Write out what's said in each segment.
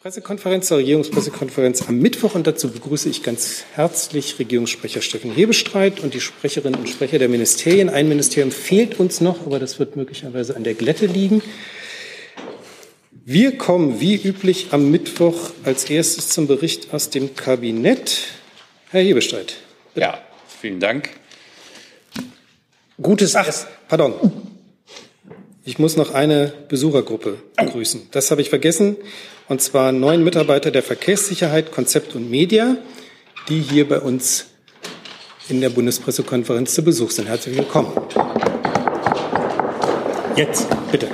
Pressekonferenz zur Regierungspressekonferenz am Mittwoch und dazu begrüße ich ganz herzlich Regierungssprecher Steffen Hebestreit und die Sprecherinnen und Sprecher der Ministerien. Ein Ministerium fehlt uns noch, aber das wird möglicherweise an der Glätte liegen. Wir kommen wie üblich am Mittwoch als erstes zum Bericht aus dem Kabinett. Herr Hebestreit. Bitte. Ja, vielen Dank. Pardon. Ich muss noch eine Besuchergruppe begrüßen. Das habe ich vergessen. Und zwar 9 Mitarbeiter der Verkehrssicherheit, Konzept und Media, die hier bei uns in der Bundespressekonferenz zu Besuch sind. Herzlich willkommen. Jetzt, bitte.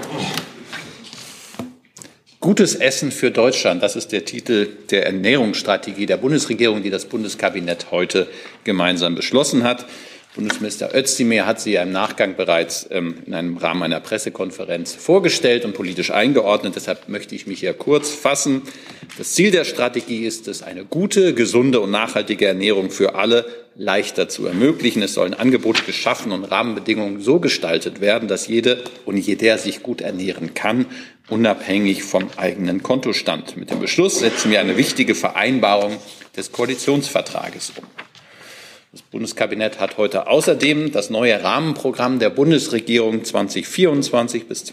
Gutes Essen für Deutschland, das ist der Titel der Ernährungsstrategie der Bundesregierung, die das Bundeskabinett heute gemeinsam beschlossen hat. Bundesminister Özdemir hat sie ja im Nachgang bereits in einem Rahmen einer Pressekonferenz vorgestellt und politisch eingeordnet. Deshalb möchte ich mich hier kurz fassen. Das Ziel der Strategie ist es, eine gute, gesunde und nachhaltige Ernährung für alle leichter zu ermöglichen. Es sollen Angebote geschaffen und Rahmenbedingungen so gestaltet werden, dass jede und jeder sich gut ernähren kann, unabhängig vom eigenen Kontostand. Mit dem Beschluss setzen wir eine wichtige Vereinbarung des Koalitionsvertrages um. Das Bundeskabinett hat heute außerdem das neue Rahmenprogramm der Bundesregierung 2024 bis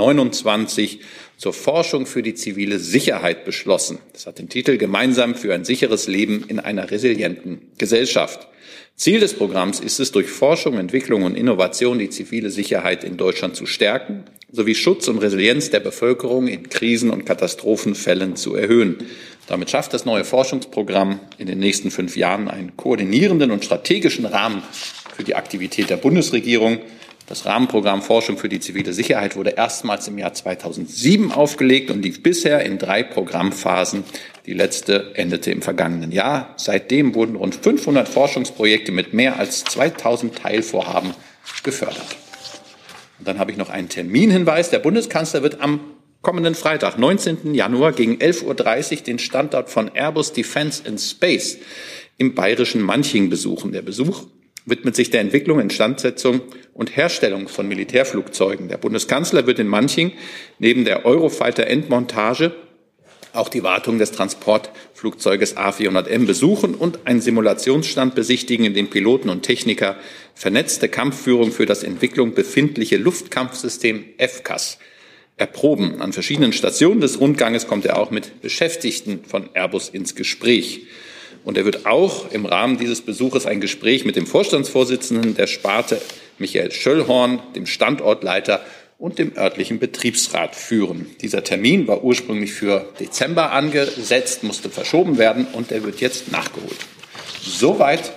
2029 zur Forschung für die zivile Sicherheit beschlossen. Das hat den Titel Gemeinsam für ein sicheres Leben in einer resilienten Gesellschaft. Ziel des Programms ist es, durch Forschung, Entwicklung und Innovation die zivile Sicherheit in Deutschland zu stärken, sowie Schutz und Resilienz der Bevölkerung in Krisen- und Katastrophenfällen zu erhöhen. Damit schafft das neue Forschungsprogramm in den nächsten 5 Jahren einen koordinierenden und strategischen Rahmen für die Aktivität der Bundesregierung. Das Rahmenprogramm Forschung für die zivile Sicherheit wurde erstmals im Jahr 2007 aufgelegt und lief bisher in 3 Programmphasen. Die letzte endete im vergangenen Jahr. Seitdem wurden rund 500 Forschungsprojekte mit mehr als 2000 Teilvorhaben gefördert. Und dann habe ich noch einen Terminhinweis. Der Bundeskanzler wird am kommenden Freitag, 19. Januar gegen 11:30 Uhr den Standort von Airbus Defence and Space im bayerischen Manching besuchen. Der Besuch widmet sich der Entwicklung, Instandsetzung und Herstellung von Militärflugzeugen. Der Bundeskanzler wird in Manching neben der Eurofighter-Endmontage auch die Wartung des Transportflugzeuges A400M besuchen und einen Simulationsstand besichtigen, in dem Piloten und Techniker vernetzte Kampfführung für das Entwicklung befindliche Luftkampfsystem FCAS erproben. An verschiedenen Stationen des Rundganges kommt er auch mit Beschäftigten von Airbus ins Gespräch. Und er wird auch im Rahmen dieses Besuches ein Gespräch mit dem Vorstandsvorsitzenden der Sparte, Michael Schöllhorn, dem Standortleiter und dem örtlichen Betriebsrat führen. Dieser Termin war ursprünglich für Dezember angesetzt, musste verschoben werden und er wird jetzt nachgeholt. Soweit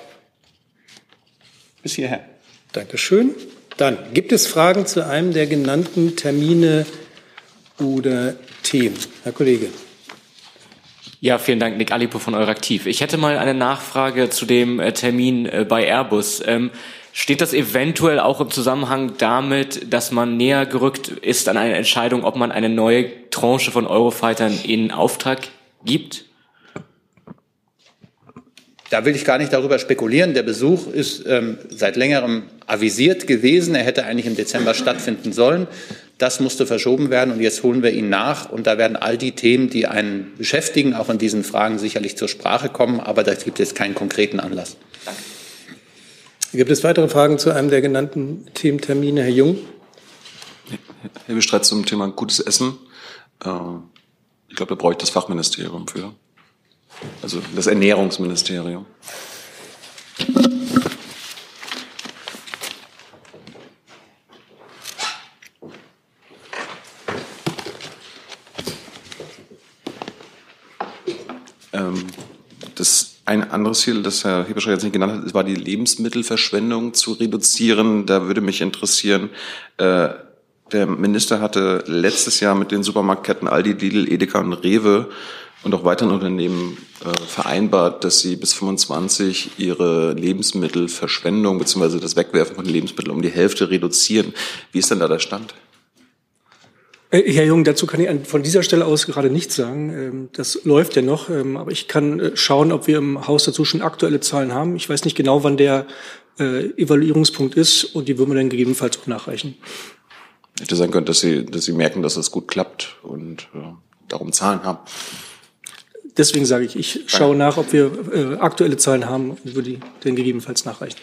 bis hierher. Dankeschön. Dann gibt es Fragen zu einem der genannten Termine oder Themen. Herr Kollege. Ja, vielen Dank, Nick Alipo von Euraktiv. Ich hätte mal eine Nachfrage zu dem Termin bei Airbus. Steht das eventuell auch im Zusammenhang damit, dass man näher gerückt ist an eine Entscheidung, ob man eine neue Tranche von Eurofightern in Auftrag gibt? Da will ich gar nicht darüber spekulieren. Der Besuch ist seit längerem avisiert gewesen. Er hätte eigentlich im Dezember stattfinden sollen. Das musste verschoben werden und jetzt holen wir ihn nach. Und da werden all die Themen, die einen beschäftigen, auch in diesen Fragen sicherlich zur Sprache kommen. Aber da gibt es keinen konkreten Anlass. Danke. Gibt es weitere Fragen zu einem der genannten Thementermine? Herr Jung? Herr Bestreit, zum Thema gutes Essen. Ich glaube, da brauche ich das Fachministerium für. Also das Ernährungsministerium. Ein anderes Ziel, das Herr Hebestreit jetzt nicht genannt hat, war die Lebensmittelverschwendung zu reduzieren. Da würde mich interessieren, der Minister hatte letztes Jahr mit den Supermarktketten Aldi, Lidl, Edeka und Rewe und auch weiteren Unternehmen vereinbart, dass sie bis 25 ihre Lebensmittelverschwendung bzw. das Wegwerfen von Lebensmitteln um die Hälfte reduzieren. Wie ist denn da der Stand? Herr Jung, dazu kann ich von dieser Stelle aus gerade nichts sagen. Das läuft ja noch, aber ich kann schauen, ob wir im Haus dazu schon aktuelle Zahlen haben. Ich weiß nicht genau, wann der Evaluierungspunkt ist und die würden wir dann gegebenenfalls auch nachreichen. Hätte sein können, dass Sie merken, dass das gut klappt und darum Zahlen haben. deswegen sage ich schaue nach, ob wir aktuelle Zahlen haben und würde die dann gegebenenfalls nachreichen.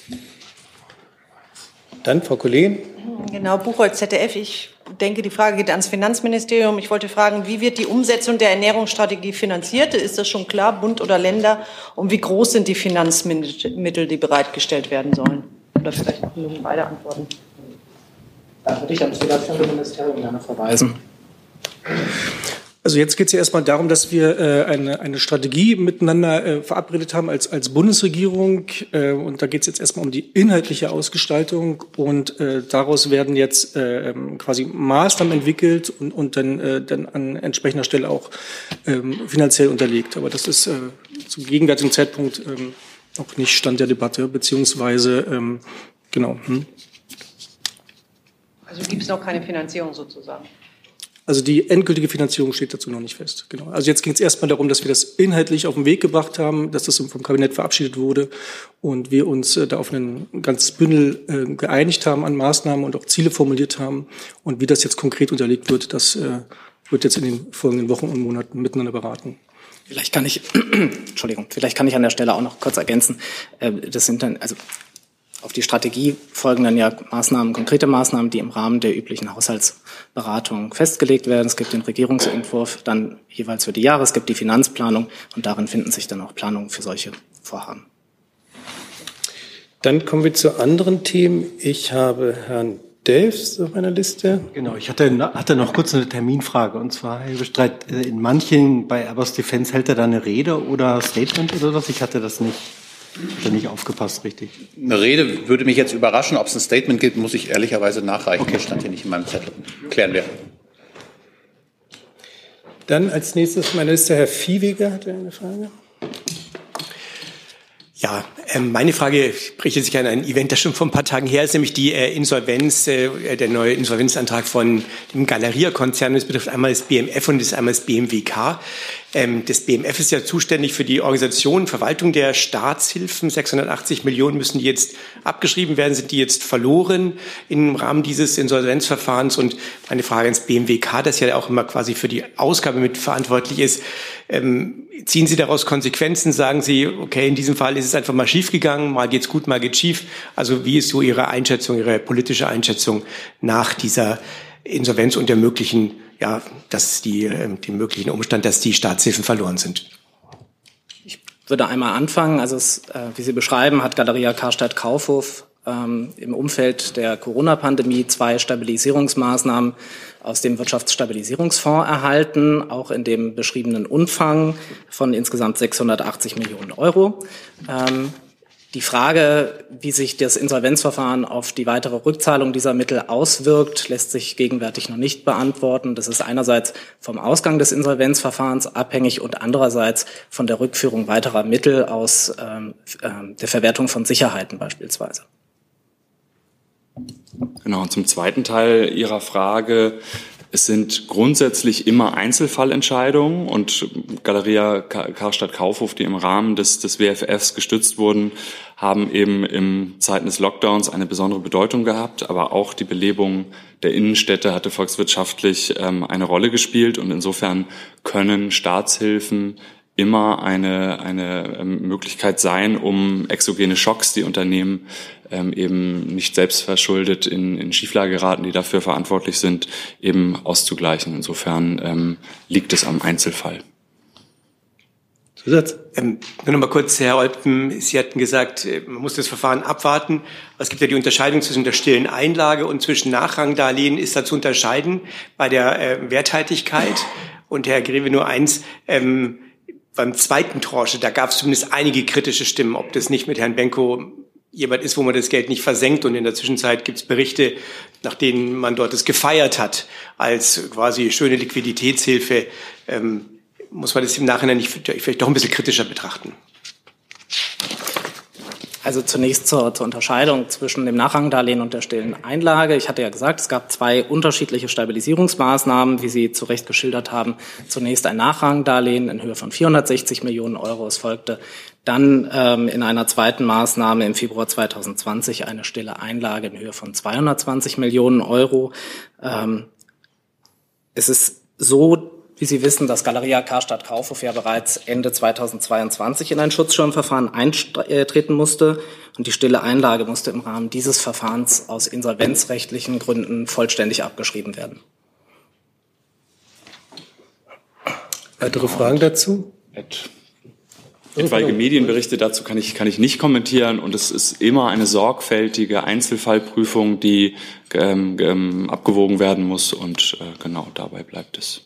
Dann Frau Kollegin. Genau, Buchholz, ZDF. Ich denke, die Frage geht ans Finanzministerium. Ich wollte fragen, wie wird die Umsetzung der Ernährungsstrategie finanziert? Ist das schon klar, Bund oder Länder? Und wie groß sind die Finanzmittel, die bereitgestellt werden sollen? Oder vielleicht noch beide Antworten. Da würde ich ans Finanzministerium gerne verweisen. Also jetzt geht es ja erstmal darum, dass wir eine Strategie miteinander verabredet haben als Bundesregierung. Und da geht es jetzt erstmal um die inhaltliche Ausgestaltung. Und daraus werden jetzt quasi Maßnahmen entwickelt und dann an entsprechender Stelle auch finanziell unterlegt. Aber das ist zum gegenwärtigen Zeitpunkt noch nicht Stand der Debatte, beziehungsweise genau. Also gibt es noch keine Finanzierung sozusagen? Also die endgültige Finanzierung steht dazu noch nicht fest. Genau. Also jetzt ging es erstmal darum, dass wir das inhaltlich auf den Weg gebracht haben, dass das vom Kabinett verabschiedet wurde und wir uns da auf ein ganzes Bündel geeinigt haben an Maßnahmen und auch Ziele formuliert haben. Und wie das jetzt konkret unterlegt wird, das wird jetzt in den folgenden Wochen und Monaten miteinander beraten. Vielleicht kann ich an der Stelle auch noch kurz ergänzen. Das sind dann, also auf die Strategie folgen dann ja Maßnahmen, konkrete Maßnahmen, die im Rahmen der üblichen Haushaltsberatung festgelegt werden. Es gibt den Regierungsentwurf dann jeweils für die Jahre, es gibt die Finanzplanung und darin finden sich dann auch Planungen für solche Vorhaben. Dann kommen wir zu anderen Themen. Ich habe Herrn Delfs auf meiner Liste. Genau, ich hatte noch kurz eine Terminfrage. Und zwar, Herr Bestreit, in manchen, bei Airbus Defence hält er da eine Rede oder Statement oder was? Ich hatte das nicht aufgepasst, richtig. Eine Rede würde mich jetzt überraschen. Ob es ein Statement gibt, muss ich ehrlicherweise nachreichen. Okay. Das stand hier nicht in meinem Zettel. Klären wir. Dann als nächstes auf meiner Liste Herr Viehweger hatte eine Frage. Ja, meine Frage richtet sich an ein Event, das schon vor ein paar Tagen her ist, nämlich die Insolvenz, der neue Insolvenzantrag von dem Galeria-Konzern. Das betrifft einmal das BMF und einmal das BMWK. Das BMF ist ja zuständig für die Organisation, Verwaltung der Staatshilfen. 680 Millionen müssen die jetzt abgeschrieben werden, sind die jetzt verloren im Rahmen dieses Insolvenzverfahrens. Und meine Frage ans BMWK, das ja auch immer quasi für die Ausgabe mit verantwortlich ist, ziehen Sie daraus Konsequenzen? Sagen Sie, okay, in diesem Fall ist es einfach mal schiefgegangen, mal geht's gut, mal geht's schief. Also wie ist so Ihre Einschätzung, Ihre politische Einschätzung nach dieser Insolvenz und der möglichen, ja, dass dem möglichen Umstand, dass die Staatshilfen verloren sind? Ich würde einmal anfangen. Also wie Sie beschreiben, hat Galeria Karstadt Kaufhof im Umfeld der Corona-Pandemie 2 Stabilisierungsmaßnahmen aus dem Wirtschaftsstabilisierungsfonds erhalten, auch in dem beschriebenen Umfang von insgesamt 680 Millionen Euro. Die Frage, wie sich das Insolvenzverfahren auf die weitere Rückzahlung dieser Mittel auswirkt, lässt sich gegenwärtig noch nicht beantworten. Das ist einerseits vom Ausgang des Insolvenzverfahrens abhängig und andererseits von der Rückführung weiterer Mittel aus der Verwertung von Sicherheiten beispielsweise. Genau, und zum zweiten Teil Ihrer Frage. Es sind grundsätzlich immer Einzelfallentscheidungen und Galeria Karstadt Kaufhof, die im Rahmen des WFFs gestützt wurden, haben eben in Zeiten des Lockdowns eine besondere Bedeutung gehabt. Aber auch die Belebung der Innenstädte hatte volkswirtschaftlich eine Rolle gespielt und insofern können Staatshilfen immer eine Möglichkeit sein, um exogene Schocks, die Unternehmen eben nicht selbstverschuldet in Schieflage geraten, die dafür verantwortlich sind, eben auszugleichen. Insofern liegt es am Einzelfall. Zusatz? Nur noch mal kurz, Herr Olpen, Sie hatten gesagt, man muss das Verfahren abwarten. Aber es gibt ja die Unterscheidung zwischen der stillen Einlage und zwischen Nachrangdarlehen. Ist da zu unterscheiden bei der Werthaltigkeit? Und Herr Greve, nur eins, beim zweiten Tranche, da gab es zumindest einige kritische Stimmen, ob das nicht mit Herrn Benko jemand ist, wo man das Geld nicht versenkt. Und in der Zwischenzeit gibt es Berichte, nach denen man dort es gefeiert hat als quasi schöne Liquiditätshilfe. Muss man das im Nachhinein nicht vielleicht doch ein bisschen kritischer betrachten? Also zunächst zur Unterscheidung zwischen dem Nachrangdarlehen und der stillen Einlage. Ich hatte ja gesagt, es gab 2 unterschiedliche Stabilisierungsmaßnahmen, wie Sie zu Recht geschildert haben. Zunächst ein Nachrangdarlehen in Höhe von 460 Millionen Euro. Es folgte dann in einer zweiten Maßnahme im Februar 2020 eine stille Einlage in Höhe von 220 Millionen Euro. Es ist so, Wie Sie wissen, dass Galeria Karstadt Kaufhof ja bereits Ende 2022 in ein Schutzschirmverfahren eintreten musste. Und die stille Einlage musste im Rahmen dieses Verfahrens aus insolvenzrechtlichen Gründen vollständig abgeschrieben werden. Weitere Fragen dazu? Etwaige Medienberichte dazu kann ich nicht kommentieren, und es ist immer eine sorgfältige Einzelfallprüfung, die abgewogen werden muss, und genau dabei bleibt es.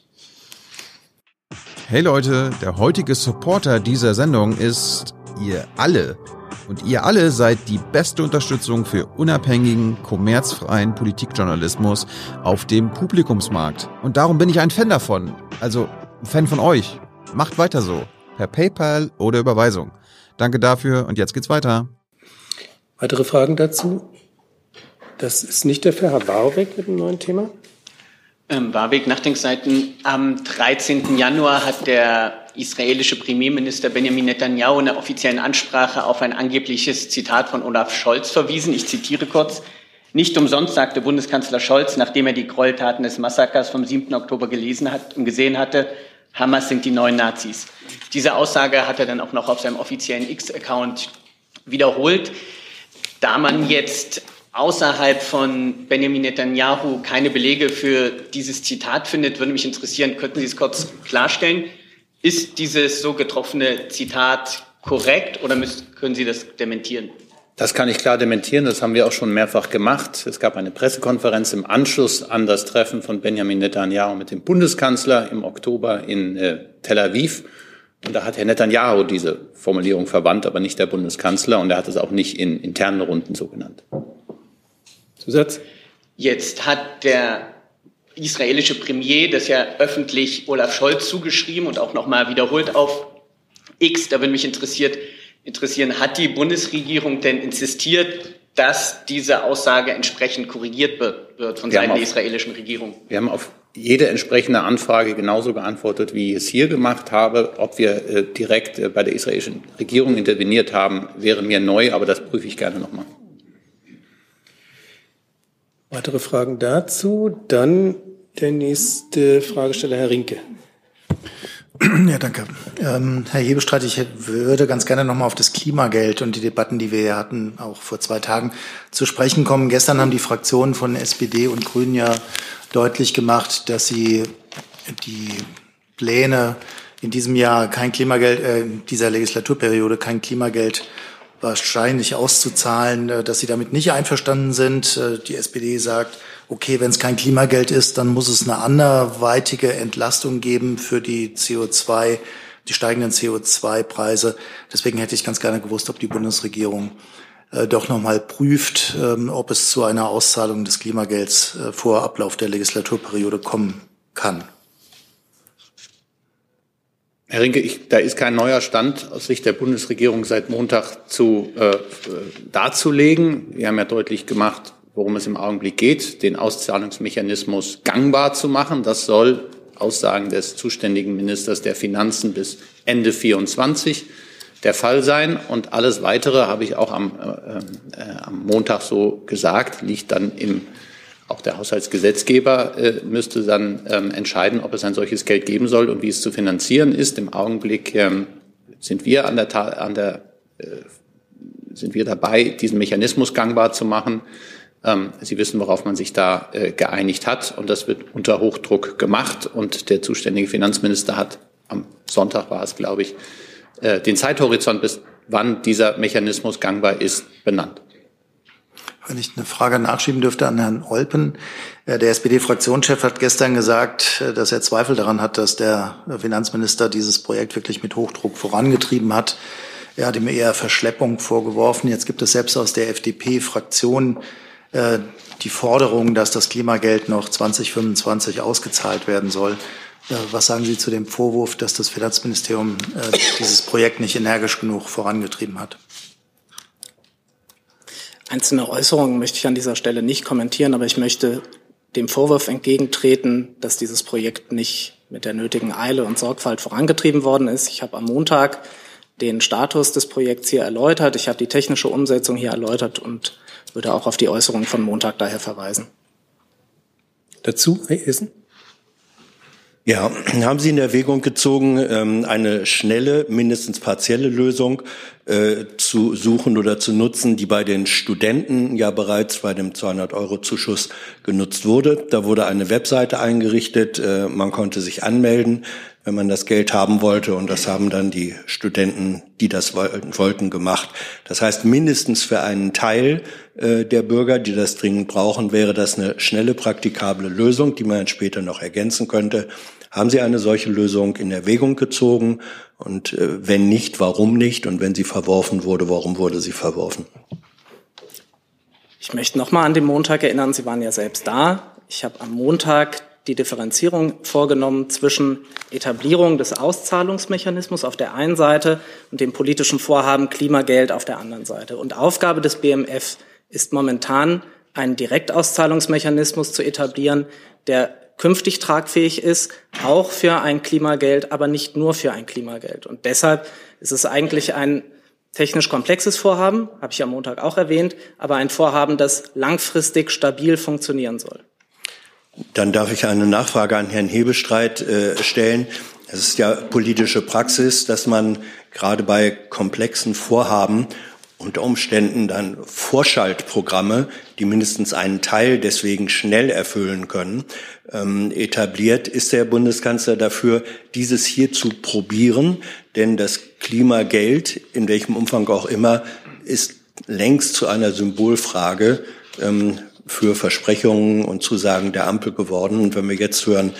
Hey Leute, der heutige Supporter dieser Sendung ist ihr alle. Und ihr alle seid die beste Unterstützung für unabhängigen, kommerzfreien Politikjournalismus auf dem Publikumsmarkt. Und darum bin ich ein Fan davon. Also ein Fan von euch. Macht weiter so. Per PayPal oder Überweisung. Danke dafür, und jetzt geht's weiter. Weitere Fragen dazu? Das ist nicht der Fall. Herr Warwick mit einem neuen Thema. Warwick, Nachdenkseiten. Am 13. Januar hat der israelische Premierminister Benjamin Netanyahu in der offiziellen Ansprache auf ein angebliches Zitat von Olaf Scholz verwiesen. Ich zitiere kurz. Nicht umsonst sagte Bundeskanzler Scholz, nachdem er die Gräueltaten des Massakers vom 7. Oktober gelesen hat und gesehen hatte, Hamas sind die neuen Nazis. Diese Aussage hat er dann auch noch auf seinem offiziellen X-Account wiederholt. Da man jetzt außerhalb von Benjamin Netanyahu keine Belege für dieses Zitat findet, würde mich interessieren, könnten Sie es kurz klarstellen? Ist dieses so getroffene Zitat korrekt, oder können Sie das dementieren? Das kann ich klar dementieren. Das haben wir auch schon mehrfach gemacht. Es gab eine Pressekonferenz im Anschluss an das Treffen von Benjamin Netanyahu mit dem Bundeskanzler im Oktober in Tel Aviv. Und da hat Herr Netanyahu diese Formulierung verwandt, aber nicht der Bundeskanzler. Und er hat es auch nicht in internen Runden so genannt. Zusatz? Jetzt hat der israelische Premier das ja öffentlich Olaf Scholz zugeschrieben und auch nochmal wiederholt auf X. Da würde mich interessieren, hat die Bundesregierung denn insistiert, dass diese Aussage entsprechend korrigiert wird von Seiten der israelischen Regierung? Wir haben auf jede entsprechende Anfrage genauso geantwortet, wie ich es hier gemacht habe. Ob wir direkt bei der israelischen Regierung interveniert haben, wäre mir neu, aber das prüfe ich gerne nochmal. Weitere Fragen dazu? Dann der nächste Fragesteller, Herr Rinke. Ja, danke. Herr Hebestreit, ich würde ganz gerne nochmal auf das Klimageld und die Debatten, die wir hier hatten, auch vor 2 Tagen, zu sprechen kommen. Gestern haben die Fraktionen von SPD und Grünen ja deutlich gemacht, dass sie die Pläne in diesem Jahr kein Klimageld, in dieser Legislaturperiode kein Klimageld wahrscheinlich auszuzahlen, dass sie damit nicht einverstanden sind. Die SPD sagt, okay, wenn es kein Klimageld ist, dann muss es eine anderweitige Entlastung geben für die steigenden CO2-Preise. Deswegen hätte ich ganz gerne gewusst, ob die Bundesregierung doch nochmal prüft, ob es zu einer Auszahlung des Klimagelds vor Ablauf der Legislaturperiode kommen kann. Herr Rinke, da ist kein neuer Stand aus Sicht der Bundesregierung seit Montag darzulegen. Wir haben ja deutlich gemacht, worum es im Augenblick geht, den Auszahlungsmechanismus gangbar zu machen. Das soll Aussagen des zuständigen Ministers der Finanzen bis Ende 2024 der Fall sein. Und alles Weitere, habe ich auch am Montag so gesagt, liegt dann auch der Haushaltsgesetzgeber müsste dann entscheiden, ob es ein solches Geld geben soll und wie es zu finanzieren ist. Im Augenblick sind wir dabei, diesen Mechanismus gangbar zu machen. Sie wissen, worauf man sich da geeinigt hat, und das wird unter Hochdruck gemacht. Und der zuständige Finanzminister hat am Sonntag, war es, glaube ich, den Zeithorizont, bis wann dieser Mechanismus gangbar ist, benannt. Wenn ich eine Frage nachschieben dürfte an Herrn Olpen. Der SPD-Fraktionschef hat gestern gesagt, dass er Zweifel daran hat, dass der Finanzminister dieses Projekt wirklich mit Hochdruck vorangetrieben hat. Er hat ihm eher Verschleppung vorgeworfen. Jetzt gibt es selbst aus der FDP-Fraktion die Forderung, dass das Klimageld noch 2025 ausgezahlt werden soll. Was sagen Sie zu dem Vorwurf, dass das Finanzministerium dieses Projekt nicht energisch genug vorangetrieben hat? Einzelne Äußerungen möchte ich an dieser Stelle nicht kommentieren, aber ich möchte dem Vorwurf entgegentreten, dass dieses Projekt nicht mit der nötigen Eile und Sorgfalt vorangetrieben worden ist. Ich habe am Montag den Status des Projekts hier erläutert. Ich habe die technische Umsetzung hier erläutert und würde auch auf die Äußerung von Montag daher verweisen. Dazu, Herr Essen? Ja, haben Sie in Erwägung gezogen, eine schnelle, mindestens partielle Lösung zu suchen oder zu nutzen, die bei den Studenten ja bereits bei dem 200-Euro-Zuschuss genutzt wurde? Da wurde eine Webseite eingerichtet, man konnte sich anmelden, wenn man das Geld haben wollte, und das haben dann die Studenten, die das wollten, gemacht. Das heißt, mindestens für einen Teil der Bürger, die das dringend brauchen, wäre das eine schnelle, praktikable Lösung, die man dann später noch ergänzen könnte. Haben Sie eine solche Lösung in Erwägung gezogen? Und wenn nicht, warum nicht? Und wenn sie verworfen wurde, warum wurde sie verworfen? Ich möchte noch mal an den Montag erinnern. Sie waren ja selbst da. Ich habe am Montag die Differenzierung vorgenommen zwischen Etablierung des Auszahlungsmechanismus auf der einen Seite und dem politischen Vorhaben Klimageld auf der anderen Seite. Und Aufgabe des BMF ist momentan, einen Direktauszahlungsmechanismus zu etablieren, der künftig tragfähig ist, auch für ein Klimageld, aber nicht nur für ein Klimageld. Und deshalb ist es eigentlich ein technisch komplexes Vorhaben, habe ich am Montag auch erwähnt, aber ein Vorhaben, das langfristig stabil funktionieren soll. Dann darf ich eine Nachfrage an Herrn Hebestreit stellen. Es ist ja politische Praxis, dass man gerade bei komplexen Vorhaben unter Umständen dann Vorschaltprogramme, die mindestens einen Teil deswegen schnell erfüllen können, etabliert. Ist der Bundeskanzler dafür, dieses hier zu probieren? Denn das Klimageld, in welchem Umfang auch immer, ist längst zu einer Symbolfrage für Versprechungen und Zusagen der Ampel geworden. Und wenn wir jetzt hören,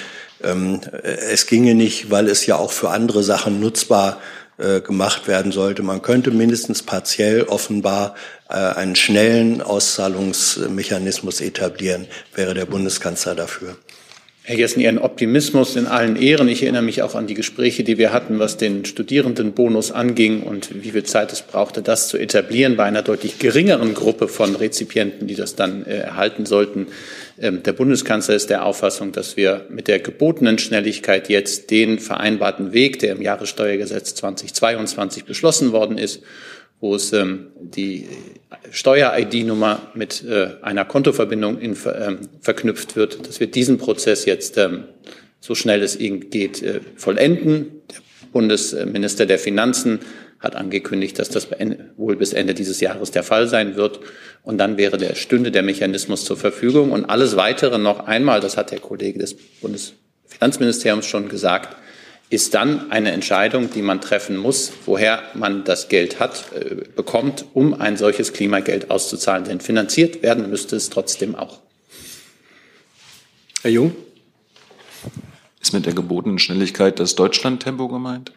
es ginge nicht, weil es ja auch für andere Sachen nutzbar gemacht werden sollte. Man könnte mindestens partiell offenbar einen schnellen Auszahlungsmechanismus etablieren. Wäre der Bundeskanzler dafür? Herr Jessen, Ihren Optimismus in allen Ehren. Ich erinnere mich auch an die Gespräche, die wir hatten, was den Studierendenbonus anging und wie viel Zeit es brauchte, das zu etablieren bei einer deutlich geringeren Gruppe von Rezipienten, die das dann erhalten sollten. Der Bundeskanzler ist der Auffassung, dass wir mit der gebotenen Schnelligkeit jetzt den vereinbarten Weg, der im Jahressteuergesetz 2022 beschlossen worden ist, wo es die Steuer-ID-Nummer mit einer Kontoverbindung verknüpft wird, dass wir diesen Prozess jetzt so schnell es geht vollenden. Der Bundesminister der Finanzen hat angekündigt, dass das wohl bis Ende dieses Jahres der Fall sein wird. Und dann stünde der Mechanismus zur Verfügung. Und alles Weitere noch einmal, das hat der Kollege des Bundesfinanzministeriums schon gesagt, ist dann eine Entscheidung, die man treffen muss, woher man das Geld bekommt, um ein solches Klimageld auszuzahlen. Denn finanziert werden müsste es trotzdem auch. Herr Jung? Ist mit der gebotenen Schnelligkeit das Deutschland-Tempo gemeint?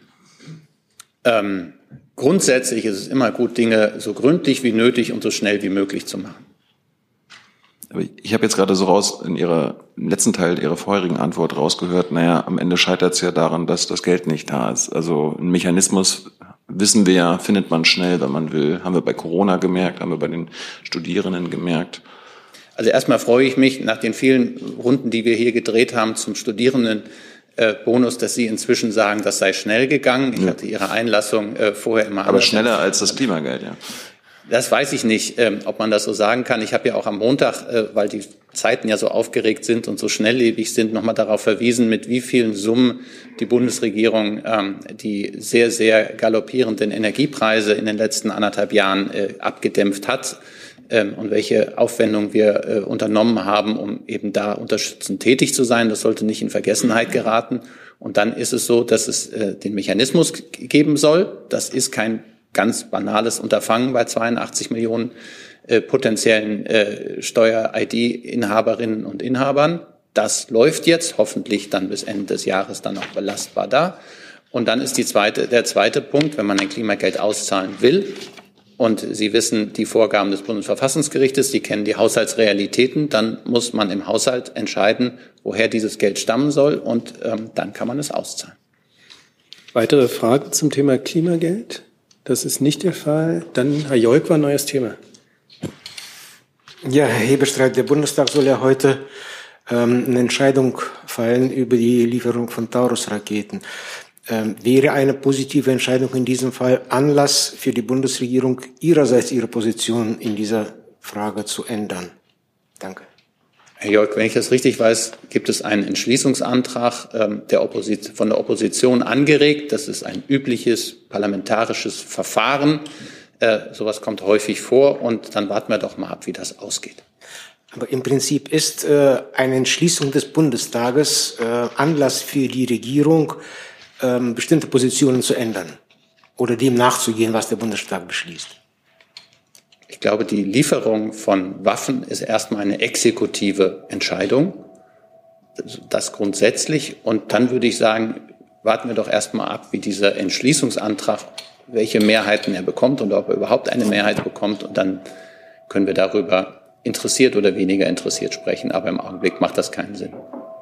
Grundsätzlich ist es immer gut, Dinge so gründlich wie nötig und so schnell wie möglich zu machen. Aber ich habe jetzt gerade so im letzten Teil Ihrer vorherigen Antwort rausgehört, am Ende scheitert es ja daran, dass das Geld nicht da ist. Also ein Mechanismus, wissen wir ja, findet man schnell, wenn man will. Haben wir bei Corona gemerkt, haben wir bei den Studierenden gemerkt. Also erstmal freue ich mich nach den vielen Runden, die wir hier gedreht haben zum Studierendenbonus, dass Sie inzwischen sagen, das sei schnell gegangen. Ich hatte Ihre Einlassung vorher immer anders. Aber schneller als das Klimageld, ja. Das weiß ich nicht, ob man das so sagen kann. Ich habe ja auch am Montag, weil die Zeiten ja so aufgeregt sind und so schnelllebig sind, nochmal darauf verwiesen, mit wie vielen Summen die Bundesregierung die sehr, sehr galoppierenden Energiepreise in den letzten 1,5 Jahren abgedämpft hat und welche Aufwendungen wir unternommen haben, um eben da unterstützend tätig zu sein. Das sollte nicht in Vergessenheit geraten. Und dann ist es so, dass es den Mechanismus geben soll. Das ist kein ganz banales Unterfangen bei 82 Millionen potenziellen Steuer-ID-Inhaberinnen und Inhabern. Das läuft jetzt hoffentlich dann bis Ende des Jahres dann auch belastbar da. Und dann ist der zweite Punkt, wenn man ein Klimageld auszahlen will, und Sie wissen die Vorgaben des Bundesverfassungsgerichtes, Sie kennen die Haushaltsrealitäten, dann muss man im Haushalt entscheiden, woher dieses Geld stammen soll, und dann kann man es auszahlen. Weitere Fragen zum Thema Klimageld? Das ist nicht der Fall. Dann Herr Jolk war neues Thema. Ja, Herr Hebestreit, der Bundestag soll ja heute eine Entscheidung fällen über die Lieferung von Taurus-Raketen. Wäre eine positive Entscheidung in diesem Fall Anlass für die Bundesregierung, ihrerseits ihre Position in dieser Frage zu ändern? Danke. Herr Jörg, wenn ich das richtig weiß, gibt es einen Entschließungsantrag von der Opposition angeregt. Das ist ein übliches parlamentarisches Verfahren. Sowas kommt häufig vor und dann warten wir doch mal ab, wie das ausgeht. Aber im Prinzip ist eine Entschließung des Bundestages Anlass für die Regierung, bestimmte Positionen zu ändern oder dem nachzugehen, was der Bundestag beschließt. Ich glaube, die Lieferung von Waffen ist erstmal eine exekutive Entscheidung. Das grundsätzlich. Und dann würde ich sagen, warten wir doch erstmal ab, wie dieser Entschließungsantrag, welche Mehrheiten er bekommt und ob er überhaupt eine Mehrheit bekommt. Und dann können wir darüber interessiert oder weniger interessiert sprechen. Aber im Augenblick macht das keinen Sinn.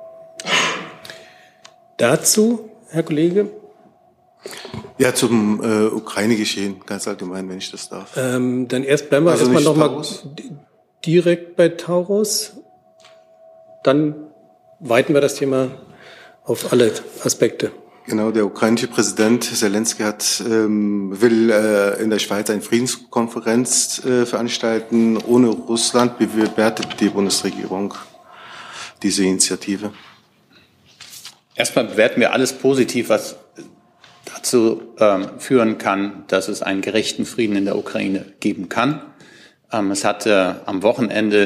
Dazu, Herr Kollege? Ja, zum Ukraine-Geschehen, ganz allgemein, wenn ich das darf. Dann bleiben wir also erstmal nochmal direkt bei Taurus. Dann weiten wir das Thema auf alle Aspekte. Genau, der ukrainische Präsident Zelensky will in der Schweiz eine Friedenskonferenz veranstalten ohne Russland. Wie bewertet die Bundesregierung diese Initiative? Erstmal bewerten wir alles positiv, was dazu führen kann, dass es einen gerechten Frieden in der Ukraine geben kann. Es hatte am Wochenende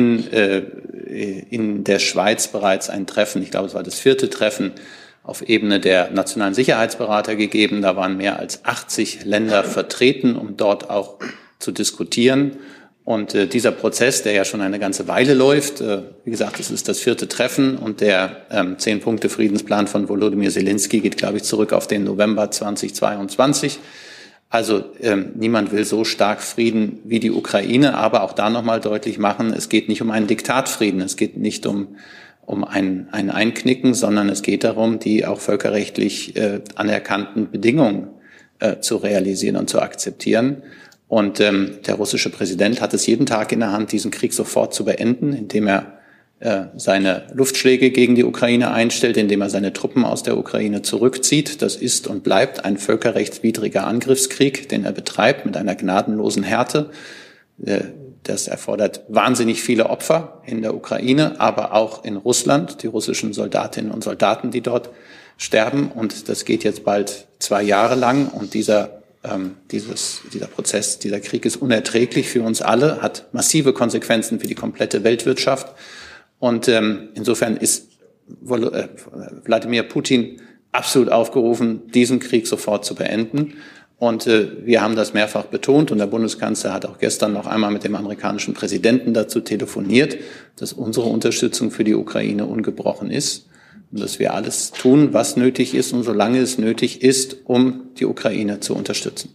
in der Schweiz bereits ein Treffen, ich glaube, es war das 4. Treffen auf Ebene der nationalen Sicherheitsberater gegeben. Da waren mehr als 80 Länder vertreten, um dort auch zu diskutieren. Und dieser Prozess, der ja schon eine ganze Weile läuft, wie gesagt, es ist das 4. Treffen und der 10-Punkte-Friedensplan von Volodymyr Zelensky geht, glaube ich, zurück auf den November 2022. Also niemand will so stark Frieden wie die Ukraine, aber auch da nochmal deutlich machen, es geht nicht um einen Diktatfrieden, es geht nicht um ein Einknicken, sondern es geht darum, die auch völkerrechtlich anerkannten Bedingungen zu realisieren und zu akzeptieren. Und der russische Präsident hat es jeden Tag in der Hand, diesen Krieg sofort zu beenden, indem er seine Luftschläge gegen die Ukraine einstellt, indem er seine Truppen aus der Ukraine zurückzieht. Das ist und bleibt ein völkerrechtswidriger Angriffskrieg, den er betreibt mit einer gnadenlosen Härte. Das erfordert wahnsinnig viele Opfer in der Ukraine, aber auch in Russland, die russischen Soldatinnen und Soldaten, die dort sterben. Und das geht jetzt bald 2 Jahre lang. Und dieser Prozess, dieser Krieg ist unerträglich für uns alle, hat massive Konsequenzen für die komplette Weltwirtschaft. Und insofern ist Wladimir Putin absolut aufgerufen, diesen Krieg sofort zu beenden. Und wir haben das mehrfach betont und der Bundeskanzler hat auch gestern noch einmal mit dem amerikanischen Präsidenten dazu telefoniert, dass unsere Unterstützung für die Ukraine ungebrochen ist und dass wir alles tun, was nötig ist und solange es nötig ist, um die Ukraine zu unterstützen.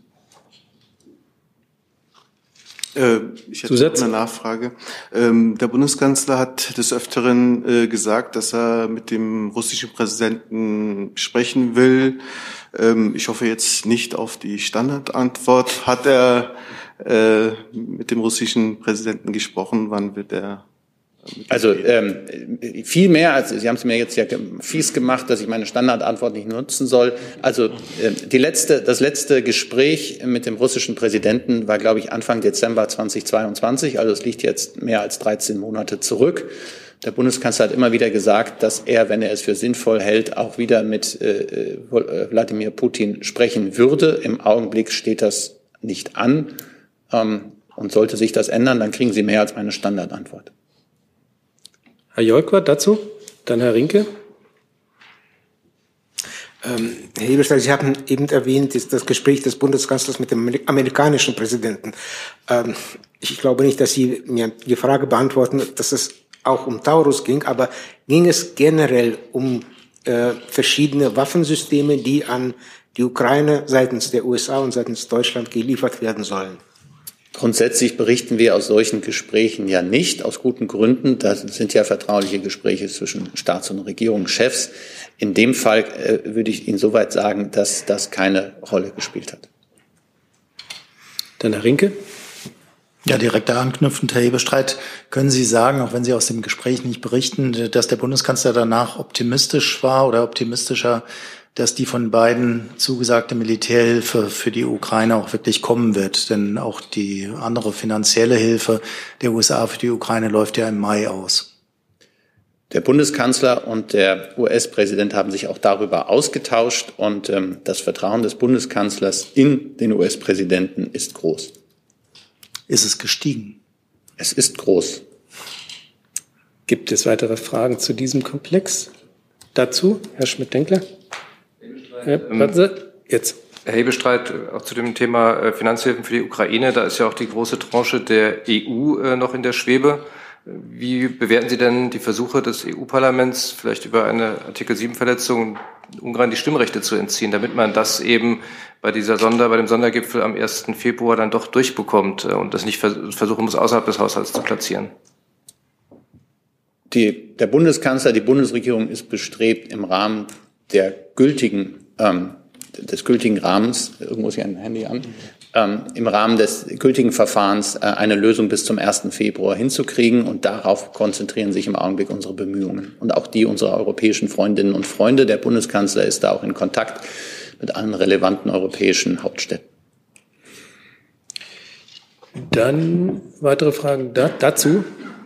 Ich hätte eine Nachfrage. Der Bundeskanzler hat des Öfteren gesagt, dass er mit dem russischen Präsidenten sprechen will. Ich hoffe jetzt nicht auf die Standardantwort. Hat er mit dem russischen Präsidenten gesprochen? Wann wird er? Also viel mehr, als Sie haben es mir jetzt ja fies gemacht, dass ich meine Standardantwort nicht nutzen soll. Also das letzte Gespräch mit dem russischen Präsidenten war, glaube ich, Anfang Dezember 2022. Also es liegt jetzt mehr als 13 Monate zurück. Der Bundeskanzler hat immer wieder gesagt, dass er, wenn er es für sinnvoll hält, auch wieder mit Wladimir Putin sprechen würde. Im Augenblick steht das nicht an. Und sollte sich das ändern, dann kriegen Sie mehr als meine Standardantwort. Herr Jolkwa dazu, dann Herr Rinke. Herr Hebestreit, Sie haben eben erwähnt, das Gespräch des Bundeskanzlers mit dem amerikanischen Präsidenten. Ich glaube nicht, dass Sie mir die Frage beantworten, dass es auch um Taurus ging, aber ging es generell um verschiedene Waffensysteme, die an die Ukraine seitens der USA und seitens Deutschland geliefert werden sollen? Grundsätzlich berichten wir aus solchen Gesprächen ja nicht, aus guten Gründen. Das sind ja vertrauliche Gespräche zwischen Staats- und Regierungschefs. In dem Fall würde ich Ihnen soweit sagen, dass das keine Rolle gespielt hat. Dann Herr Rinke. Ja, direkt da anknüpfend, Herr Hebestreit, können Sie sagen, auch wenn Sie aus dem Gespräch nicht berichten, dass der Bundeskanzler danach optimistisch war oder optimistischer, dass die von beiden zugesagte Militärhilfe für die Ukraine auch wirklich kommen wird? Denn auch die andere finanzielle Hilfe der USA für die Ukraine läuft ja im Mai aus. Der Bundeskanzler und der US-Präsident haben sich auch darüber ausgetauscht und das Vertrauen des Bundeskanzlers in den US-Präsidenten ist groß. Ist es gestiegen? Es ist groß. Gibt es weitere Fragen zu diesem Komplex? Dazu, Herr Schmidt-Denkler? Jetzt. Herr Hebestreit, auch zu dem Thema Finanzhilfen für die Ukraine, da ist ja auch die große Tranche der EU noch in der Schwebe. Wie bewerten Sie denn die Versuche des EU-Parlaments, vielleicht über eine Artikel-7-Verletzung Ungarn die Stimmrechte zu entziehen, damit man das eben bei dem Sondergipfel am 1. Februar dann doch durchbekommt und das nicht versuchen muss, außerhalb des Haushalts zu platzieren? Der Bundeskanzler, die Bundesregierung ist bestrebt, im Rahmen des gültigen Rahmens, irgendwo ist hier ein Handy an, im Rahmen des gültigen Verfahrens eine Lösung bis zum 1. Februar hinzukriegen. Und darauf konzentrieren sich im Augenblick unsere Bemühungen und auch die unserer europäischen Freundinnen und Freunde. Der Bundeskanzler ist da auch in Kontakt mit allen relevanten europäischen Hauptstädten. Dann weitere Fragen dazu?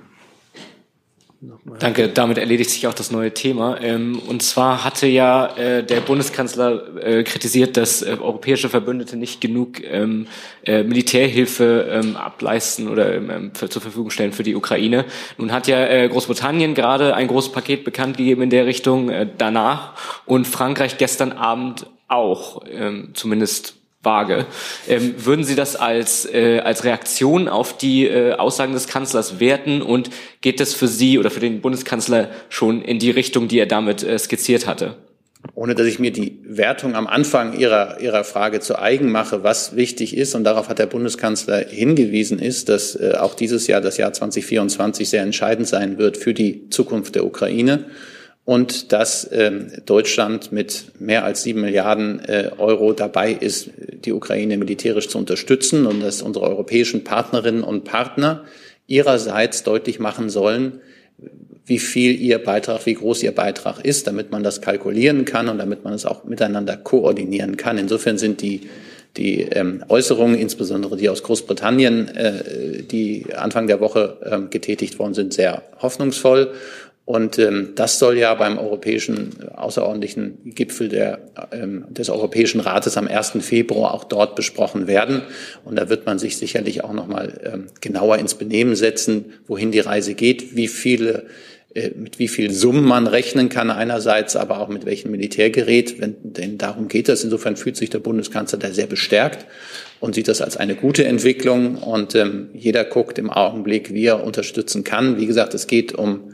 Danke, damit erledigt sich auch das neue Thema. Und zwar hatte ja der Bundeskanzler kritisiert, dass europäische Verbündete nicht genug Militärhilfe ableisten oder zur Verfügung stellen für die Ukraine. Nun hat ja Großbritannien gerade ein großes Paket bekannt gegeben in der Richtung danach und Frankreich gestern Abend auch, zumindest vage. Würden Sie das als Reaktion auf die Aussagen des Kanzlers werten und geht das für Sie oder für den Bundeskanzler schon in die Richtung, die er damit skizziert hatte? Ohne dass ich mir die Wertung am Anfang Ihrer Frage zu eigen mache, was wichtig ist, und darauf hat der Bundeskanzler hingewiesen, ist, dass auch dieses Jahr, das Jahr 2024, sehr entscheidend sein wird für die Zukunft der Ukraine. Und dass Deutschland mit mehr als 7 Milliarden Euro dabei ist, die Ukraine militärisch zu unterstützen und dass unsere europäischen Partnerinnen und Partner ihrerseits deutlich machen sollen, wie groß ihr Beitrag ist, damit man das kalkulieren kann und damit man es auch miteinander koordinieren kann. Insofern sind die Äußerungen, insbesondere die aus Großbritannien, die Anfang der Woche getätigt worden sind, sehr hoffnungsvoll. Und das soll ja beim europäischen außerordentlichen Gipfel des Europäischen Rates am 1. Februar auch dort besprochen werden. Und da wird man sich sicherlich auch noch mal genauer ins Benehmen setzen, wohin die Reise geht, mit wie viel Summen man rechnen kann einerseits, aber auch mit welchem Militärgerät. Denn darum geht es. Insofern fühlt sich der Bundeskanzler da sehr bestärkt und sieht das als eine gute Entwicklung. Und jeder guckt im Augenblick, wie er unterstützen kann. Wie gesagt, es geht um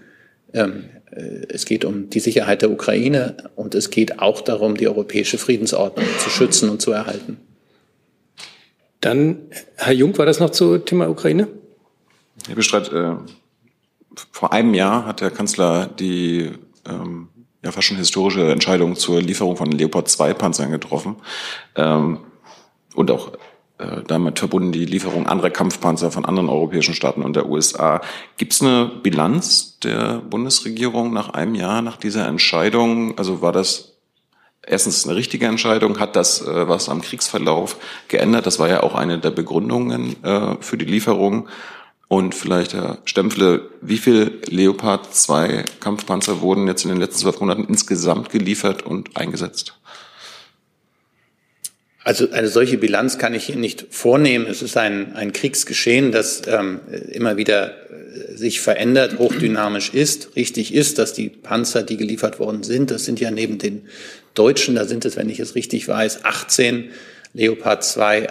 die Sicherheit der Ukraine und es geht auch darum, die europäische Friedensordnung zu schützen und zu erhalten. Dann, Herr Jung, war das noch zum Thema Ukraine? Herr Bestreit, vor einem Jahr hat der Kanzler die fast schon historische Entscheidung zur Lieferung von Leopard 2 Panzern getroffen und auch damit verbunden die Lieferung anderer Kampfpanzer von anderen europäischen Staaten und der USA. Gibt es eine Bilanz der Bundesregierung nach einem Jahr nach dieser Entscheidung? Also war das erstens eine richtige Entscheidung? Hat das was am Kriegsverlauf geändert? Das war ja auch eine der Begründungen für die Lieferung. Und vielleicht, Herr Stempfle, wie viel Leopard 2 Kampfpanzer wurden jetzt in den letzten 12 Monaten insgesamt geliefert und eingesetzt? Also eine solche Bilanz kann ich hier nicht vornehmen. Es ist ein Kriegsgeschehen, das immer wieder sich verändert, hochdynamisch ist. Richtig ist, dass die Panzer, die geliefert worden sind, das sind ja neben den Deutschen, da sind es, wenn ich es richtig weiß, 18 Leopard 2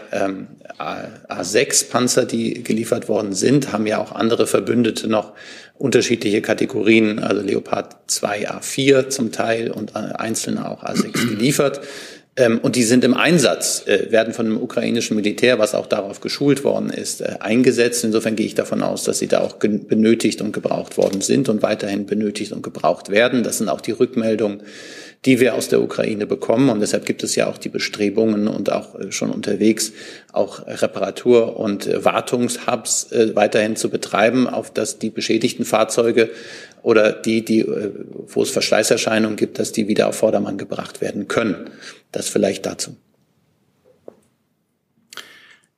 A6 Panzer, die geliefert worden sind, haben ja auch andere Verbündete noch unterschiedliche Kategorien, also Leopard 2 A4 zum Teil und einzelne auch A6 geliefert. Und die sind im Einsatz, werden von dem ukrainischen Militär, was auch darauf geschult worden ist, eingesetzt. Insofern gehe ich davon aus, dass sie da auch benötigt und gebraucht worden sind und weiterhin benötigt und gebraucht werden. Das sind auch die Rückmeldungen, die wir aus der Ukraine bekommen. Und deshalb gibt es ja auch die Bestrebungen und auch schon unterwegs auch Reparatur- und Wartungshubs weiterhin zu betreiben, auf dass die beschädigten Fahrzeuge oder wo es Verschleißerscheinungen gibt, dass die wieder auf Vordermann gebracht werden können. Das vielleicht dazu.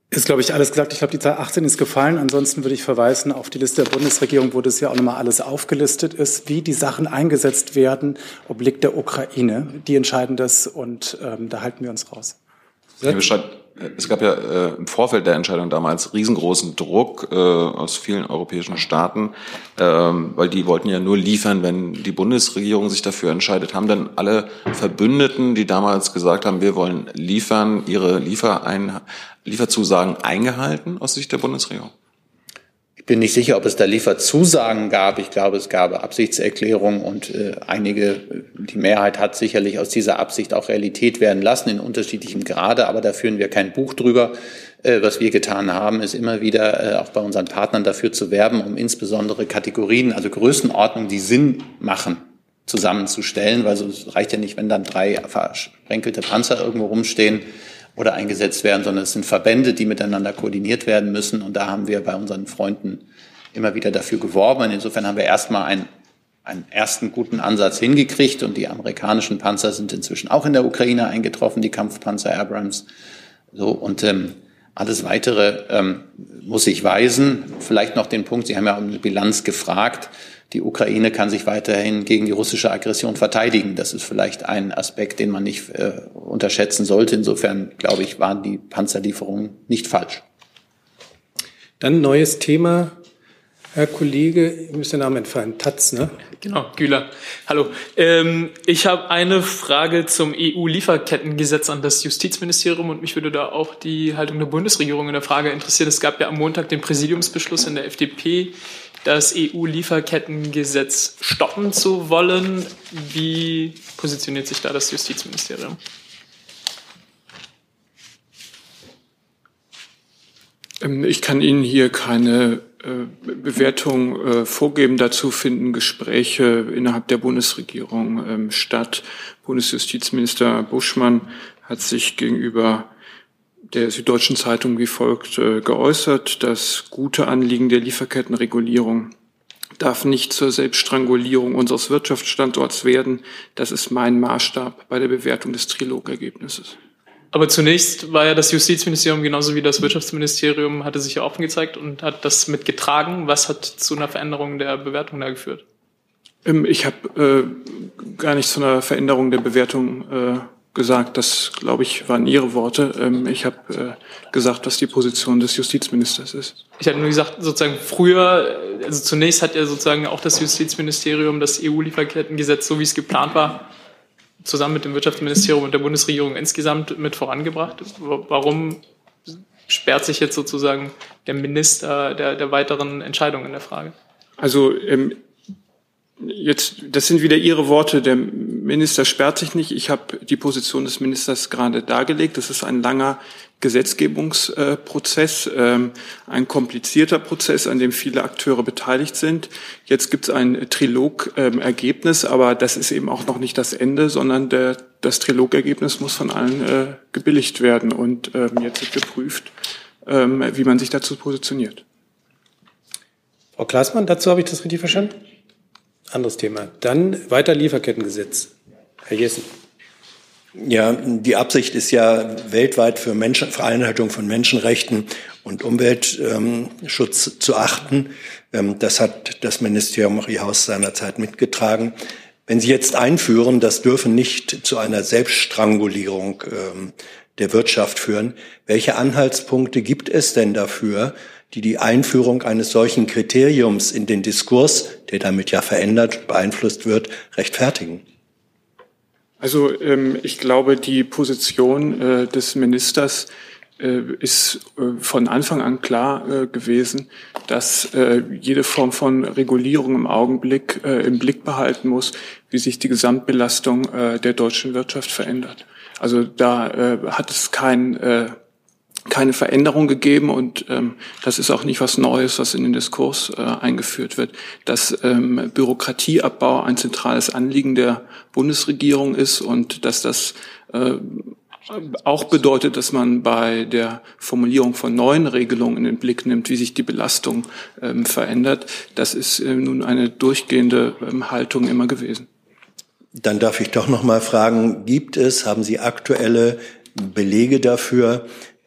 Ist, glaube ich, alles gesagt. Ich glaube, die Zahl 18 ist gefallen. Ansonsten würde ich verweisen auf die Liste der Bundesregierung, wo das ja auch nochmal alles aufgelistet ist, wie die Sachen eingesetzt werden, obliegt der Ukraine. Die entscheiden das und da halten wir uns raus. Es gab ja im Vorfeld der Entscheidung damals riesengroßen Druck aus vielen europäischen Staaten, weil die wollten ja nur liefern, wenn die Bundesregierung sich dafür entscheidet. Haben dann alle Verbündeten, die damals gesagt haben, wir wollen liefern, ihre Lieferzusagen eingehalten aus Sicht der Bundesregierung? Ich bin nicht sicher, ob es da Lieferzusagen gab. Ich glaube, es gab Absichtserklärungen und die Mehrheit hat sicherlich aus dieser Absicht auch Realität werden lassen in unterschiedlichem Grade. Aber da führen wir kein Buch drüber. Was wir getan haben, ist immer wieder auch bei unseren Partnern dafür zu werben, um insbesondere Kategorien, also Größenordnungen, die Sinn machen, zusammenzustellen. Weil es reicht ja nicht, wenn dann 3 versprenkelte Panzer irgendwo rumstehen oder eingesetzt werden, sondern es sind Verbände, die miteinander koordiniert werden müssen. Und da haben wir bei unseren Freunden immer wieder dafür geworben. Und insofern haben wir erstmal einen ersten guten Ansatz hingekriegt. Und die amerikanischen Panzer sind inzwischen auch in der Ukraine eingetroffen, die Kampfpanzer Abrams. So, und alles Weitere muss ich weisen. Vielleicht noch den Punkt, Sie haben ja um eine Bilanz gefragt. Die Ukraine kann sich weiterhin gegen die russische Aggression verteidigen. Das ist vielleicht ein Aspekt, den man nicht unterschätzen sollte. Insofern, glaube ich, waren die Panzerlieferungen nicht falsch. Dann neues Thema. Herr Kollege, mir müsste der Name entfallen. Tatz, ne? Genau, Güler. Hallo. Ich habe eine Frage zum EU-Lieferkettengesetz an das Justizministerium und mich würde da auch die Haltung der Bundesregierung in der Frage interessieren. Es gab ja am Montag den Präsidiumsbeschluss in der FDP, das EU-Lieferkettengesetz stoppen zu wollen. Wie positioniert sich da das Justizministerium? Ich kann Ihnen hier keine Bewertung vorgeben. Dazu finden Gespräche innerhalb der Bundesregierung statt. Bundesjustizminister Buschmann hat sich gegenüber der Süddeutschen Zeitung wie folgt geäußert: Das gute Anliegen der Lieferkettenregulierung darf nicht zur Selbststrangulierung unseres Wirtschaftsstandorts werden. Das ist mein Maßstab bei der Bewertung des Trilogergebnisses. Aber zunächst war ja das Justizministerium genauso wie das Wirtschaftsministerium, hatte sich ja offen gezeigt und hat das mitgetragen. Was hat zu einer Veränderung der Bewertung da geführt? Ich habe gar nicht zu einer Veränderung der Bewertung gesagt. Das, glaube ich, waren Ihre Worte. Ich habe gesagt, was die Position des Justizministers ist. Ich hatte nur gesagt, sozusagen früher, also zunächst hat ja sozusagen auch das Justizministerium das EU-Lieferkettengesetz, so wie es geplant war, zusammen mit dem Wirtschaftsministerium und der Bundesregierung insgesamt mit vorangebracht. Warum sperrt sich jetzt sozusagen der Minister der weiteren Entscheidungen in der Frage? Also jetzt, das sind wieder Ihre Worte. Der Minister sperrt sich nicht. Ich habe die Position des Ministers gerade dargelegt. Das ist ein langer Gesetzgebungsprozess, ein komplizierter Prozess, an dem viele Akteure beteiligt sind. Jetzt gibt es ein Trilog-Ergebnis, aber das ist eben auch noch nicht das Ende, sondern das Trilog-Ergebnis muss von allen gebilligt werden. Und jetzt wird geprüft, wie man sich dazu positioniert. Frau Klaßmann, dazu habe ich das richtig verstanden? Anderes Thema. Dann weiter Lieferkettengesetz. Herr Jessen. Ja, die Absicht ist ja weltweit für Einhaltung von Menschenrechten und Umweltschutz zu achten. Das hat das Ministerium auch Ihr Haus seinerzeit mitgetragen. Wenn Sie jetzt einführen, das dürfe nicht zu einer Selbststrangulierung der Wirtschaft führen. Welche Anhaltspunkte gibt es denn dafür, die Einführung eines solchen Kriteriums in den Diskurs, der damit ja verändert, beeinflusst wird, rechtfertigen? Also ich glaube, die Position des Ministers ist von Anfang an klar gewesen, dass jede Form von Regulierung im Augenblick im Blick behalten muss, wie sich die Gesamtbelastung der deutschen Wirtschaft verändert. Also da hat es keine Veränderung gegeben und das ist auch nicht was Neues, was in den Diskurs eingeführt wird, dass Bürokratieabbau ein zentrales Anliegen der Bundesregierung ist und dass das auch bedeutet, dass man bei der Formulierung von neuen Regelungen in den Blick nimmt, wie sich die Belastung verändert. Das ist nun eine durchgehende Haltung immer gewesen. Dann darf ich doch noch mal fragen, haben Sie aktuelle Belege dafür,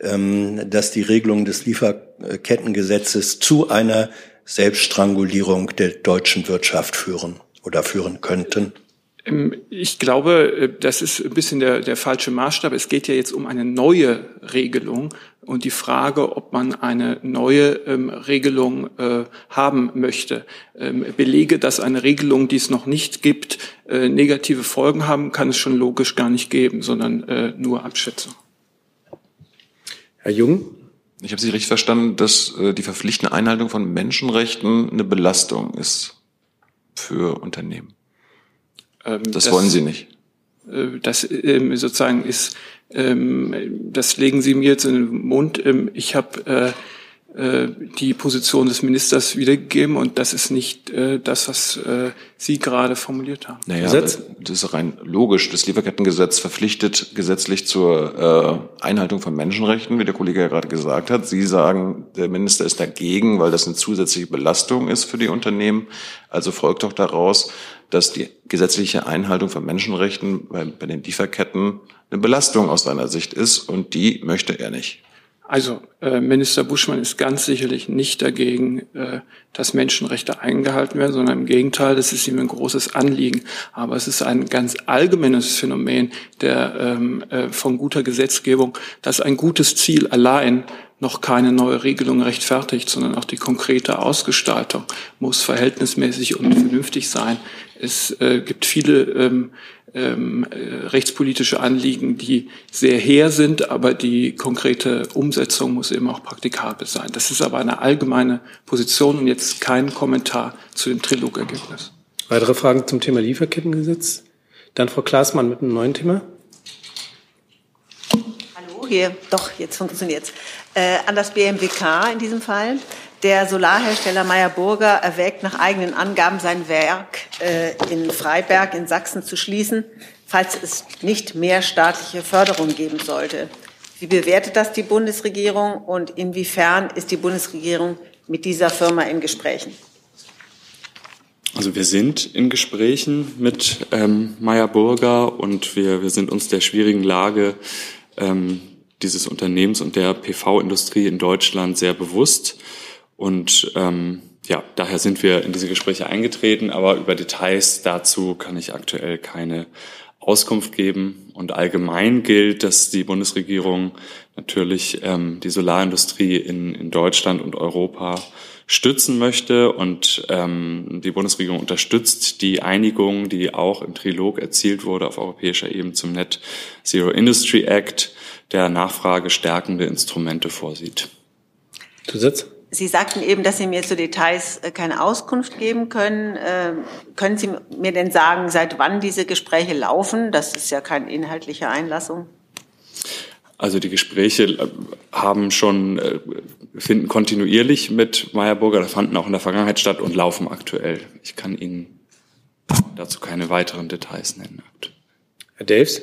dass die Regelungen des Lieferkettengesetzes zu einer Selbststrangulierung der deutschen Wirtschaft führen oder führen könnten? Ich glaube, das ist ein bisschen der falsche Maßstab. Es geht ja jetzt um eine neue Regelung und die Frage, ob man eine neue Regelung haben möchte. Belege, dass eine Regelung, die es noch nicht gibt, negative Folgen haben, kann es schon logisch gar nicht geben, sondern nur Abschätzung. Herr Jung? Ich habe Sie richtig verstanden, dass die verpflichtende Einhaltung von Menschenrechten eine Belastung ist für Unternehmen. Das wollen Sie nicht. Das sozusagen ist, das legen Sie mir jetzt in den Mund. Ich habe die Position des Ministers wiedergegeben und das ist nicht das, was Sie gerade formuliert haben. Naja, das ist rein logisch. Das Lieferkettengesetz verpflichtet gesetzlich zur Einhaltung von Menschenrechten, wie der Kollege ja gerade gesagt hat. Sie sagen, der Minister ist dagegen, weil das eine zusätzliche Belastung ist für die Unternehmen. Also folgt doch daraus, dass die gesetzliche Einhaltung von Menschenrechten bei den Lieferketten eine Belastung aus seiner Sicht ist und die möchte er nicht. Also Minister Buschmann ist ganz sicherlich nicht dagegen, dass Menschenrechte eingehalten werden, sondern im Gegenteil, das ist ihm ein großes Anliegen. Aber es ist ein ganz allgemeines Phänomen von guter Gesetzgebung, dass ein gutes Ziel allein noch keine neue Regelung rechtfertigt, sondern auch die konkrete Ausgestaltung muss verhältnismäßig und vernünftig sein. Es gibt viele rechtspolitische Anliegen, die sehr hehr sind, aber die konkrete Umsetzung muss eben auch praktikabel sein. Das ist aber eine allgemeine Position und jetzt kein Kommentar zu dem Trilogergebnis. Weitere Fragen zum Thema Lieferkettengesetz? Dann Frau Klaasmann mit einem neuen Thema. Hallo, hier, doch, jetzt funktioniert's. An das BMWK in diesem Fall. Der Solarhersteller Meyer Burger erwägt nach eigenen Angaben sein Werk in Freiberg in Sachsen zu schließen, falls es nicht mehr staatliche Förderung geben sollte. Wie bewertet das die Bundesregierung und inwiefern ist die Bundesregierung mit dieser Firma in Gesprächen? Also wir sind in Gesprächen mit Meyer Burger und wir sind uns der schwierigen Lage dieses Unternehmens und der PV-Industrie in Deutschland sehr bewusst. Und daher sind wir in diese Gespräche eingetreten, aber über Details dazu kann ich aktuell keine Auskunft geben. Und allgemein gilt, dass die Bundesregierung natürlich die Solarindustrie in Deutschland und Europa stützen möchte. Und die Bundesregierung unterstützt die Einigung, die auch im Trilog erzielt wurde auf europäischer Ebene zum Net Zero Industry Act, der nachfragestärkende Instrumente vorsieht. Zusatz? Sie sagten eben, dass Sie mir zu Details keine Auskunft geben können. Können Sie mir denn sagen, seit wann diese Gespräche laufen? Das ist ja keine inhaltliche Einlassung. Also die Gespräche finden kontinuierlich mit Meyer Burger, fanden auch in der Vergangenheit statt und laufen aktuell. Ich kann Ihnen dazu keine weiteren Details nennen. Herr Delfs?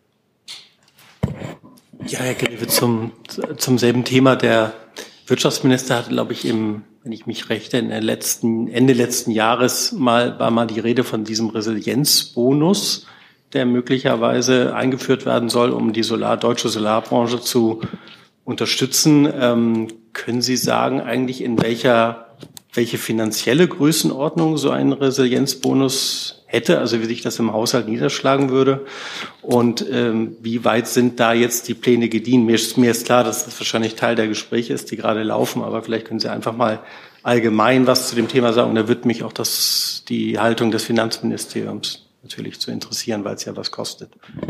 Ja, Herr Greve, zum selben Thema. Der Wirtschaftsminister hatte, glaube ich, wenn ich mich recht erinnere, Ende letzten Jahres war mal die Rede von diesem Resilienzbonus, der möglicherweise eingeführt werden soll, um die deutsche Solarbranche zu unterstützen. Können Sie sagen eigentlich, in welche finanzielle Größenordnung so ein Resilienzbonus hätte, also wie sich das im Haushalt niederschlagen würde? Und wie weit sind da jetzt die Pläne gediehen? Mir ist klar, dass das wahrscheinlich Teil der Gespräche ist, die gerade laufen, aber vielleicht können Sie einfach mal allgemein was zu dem Thema sagen. Und da wird mich auch die Haltung des Finanzministeriums natürlich zu interessieren, weil es ja was kostet.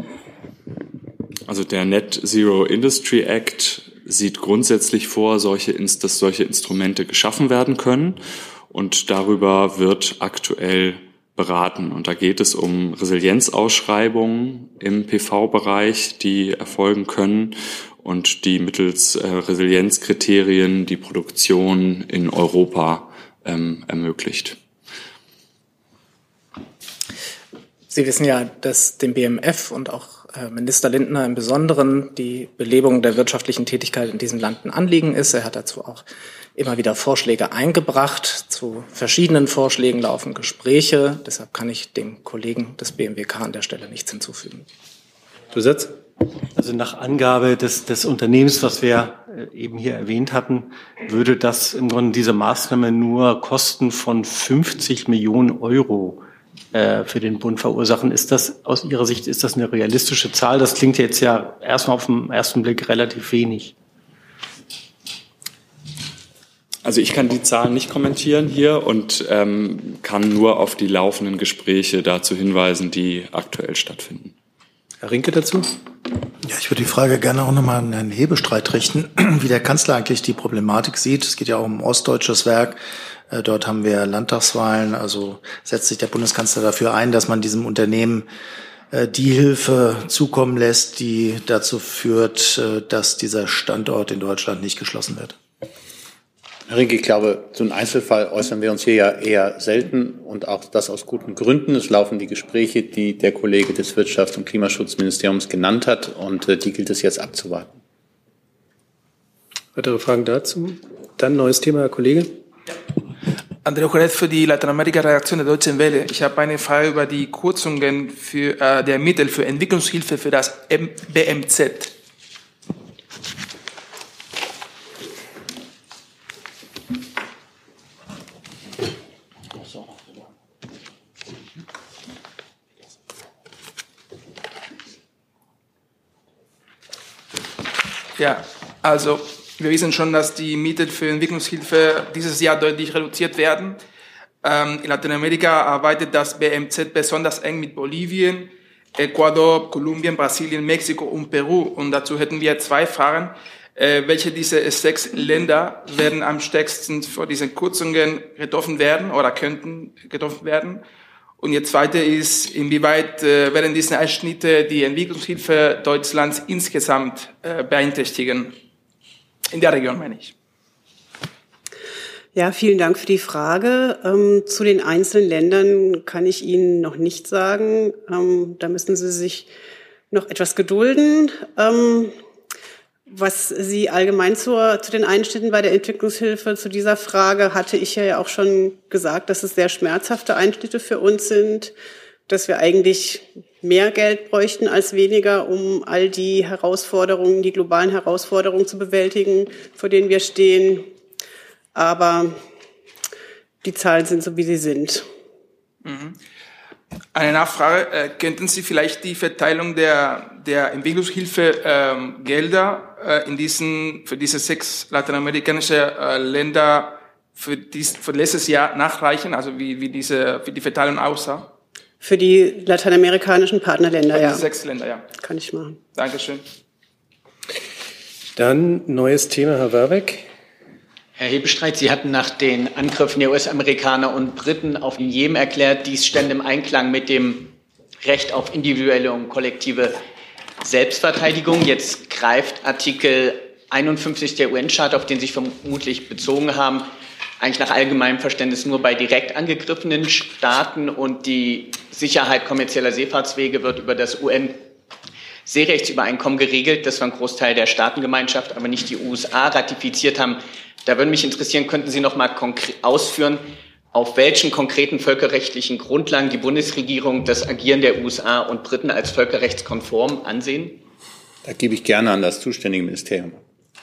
Also der Net Zero Industry Act sieht grundsätzlich vor, dass solche Instrumente geschaffen werden können. Und darüber wird aktuell beraten. Und da geht es um Resilienzausschreibungen im PV-Bereich, die erfolgen können und die mittels Resilienzkriterien die Produktion in Europa ermöglicht. Sie wissen ja, dass dem BMF und auch Minister Lindner im Besonderen die Belebung der wirtschaftlichen Tätigkeit in diesem Land ein Anliegen ist. Er hat dazu auch immer wieder Vorschläge eingebracht. Zu verschiedenen Vorschlägen laufen Gespräche. Deshalb kann ich dem Kollegen des BMWK an der Stelle nichts hinzufügen. Zusatz? Also nach Angabe des Unternehmens, was wir eben hier erwähnt hatten, würde das im Grunde diese Maßnahme nur Kosten von 50 Millionen Euro für den Bund verursachen. Ist das aus Ihrer Sicht, ist das eine realistische Zahl? Das klingt jetzt ja erstmal auf den ersten Blick relativ wenig. Also ich kann die Zahlen nicht kommentieren hier und kann nur auf die laufenden Gespräche dazu hinweisen, die aktuell stattfinden. Herr Rinke dazu? Ja, ich würde die Frage gerne auch nochmal an Herrn Hebestreit richten, wie der Kanzler eigentlich die Problematik sieht. Es geht ja auch um ostdeutsches Werk. Dort haben wir Landtagswahlen. Also setzt sich der Bundeskanzler dafür ein, dass man diesem Unternehmen die Hilfe zukommen lässt, die dazu führt, dass dieser Standort in Deutschland nicht geschlossen wird. Herr Rinke, ich glaube, zu einem Einzelfall äußern wir uns hier ja eher selten und auch das aus guten Gründen. Es laufen die Gespräche, die der Kollege des Wirtschafts- und Klimaschutzministeriums genannt hat, und die gilt es jetzt abzuwarten. Weitere Fragen dazu? Dann neues Thema, Herr Kollege. André Juarez für die Lateinamerika-Redaktion der Deutschen Welle. Ich habe eine Frage über die Kürzungen der Mittel für Entwicklungshilfe für das BMZ. Ja, also wir wissen schon, dass die Mittel für Entwicklungshilfe dieses Jahr deutlich reduziert werden. In Lateinamerika arbeitet das BMZ besonders eng mit Bolivien, Ecuador, Kolumbien, Brasilien, Mexiko und Peru. Und dazu hätten wir 2 Fragen. Welche dieser 6 Länder werden am stärksten vor diesen Kürzungen getroffen werden oder könnten getroffen werden? Und die zweite ist, inwieweit werden diese Einschnitte die Entwicklungshilfe Deutschlands insgesamt beeinträchtigen? In der Region, meine ich. Ja, vielen Dank für die Frage. Zu den einzelnen Ländern kann ich Ihnen noch nicht sagen. Da müssen Sie sich noch etwas gedulden. Was Sie allgemein zu den Einschnitten bei der Entwicklungshilfe, zu dieser Frage hatte ich ja auch schon gesagt, dass es sehr schmerzhafte Einschnitte für uns sind, dass wir eigentlich mehr Geld bräuchten als weniger, um all die Herausforderungen, die globalen Herausforderungen zu bewältigen, vor denen wir stehen. Aber die Zahlen sind so, wie sie sind. Mhm. Eine Nachfrage. Könnten Sie vielleicht die Verteilung der Entwicklungshilfe Gelder für diese 6 lateinamerikanische Länder für letztes Jahr nachreichen? Also wie die Verteilung aussah? Für die lateinamerikanischen Partnerländer, ja. Für die 6 Länder, ja. Kann ich machen. Dankeschön. Dann neues Thema, Herr Warbeck. Herr Hebestreit, Sie hatten nach den Angriffen der US-Amerikaner und Briten auf den Jemen erklärt, dies stände im Einklang mit dem Recht auf individuelle und kollektive Selbstverteidigung. Jetzt greift Artikel 51 der UN-Charta, auf den Sie sich vermutlich bezogen haben, eigentlich nach allgemeinem Verständnis nur bei direkt angegriffenen Staaten, und die Sicherheit kommerzieller Seefahrtswege wird über das UN-Seerechtsübereinkommen geregelt, das ein Großteil der Staatengemeinschaft, aber nicht die USA ratifiziert haben. Da würde mich interessieren, könnten Sie noch mal ausführen, auf welchen konkreten völkerrechtlichen Grundlagen die Bundesregierung das Agieren der USA und Briten als völkerrechtskonform ansehen? Da gebe ich gerne an das zuständige Ministerium.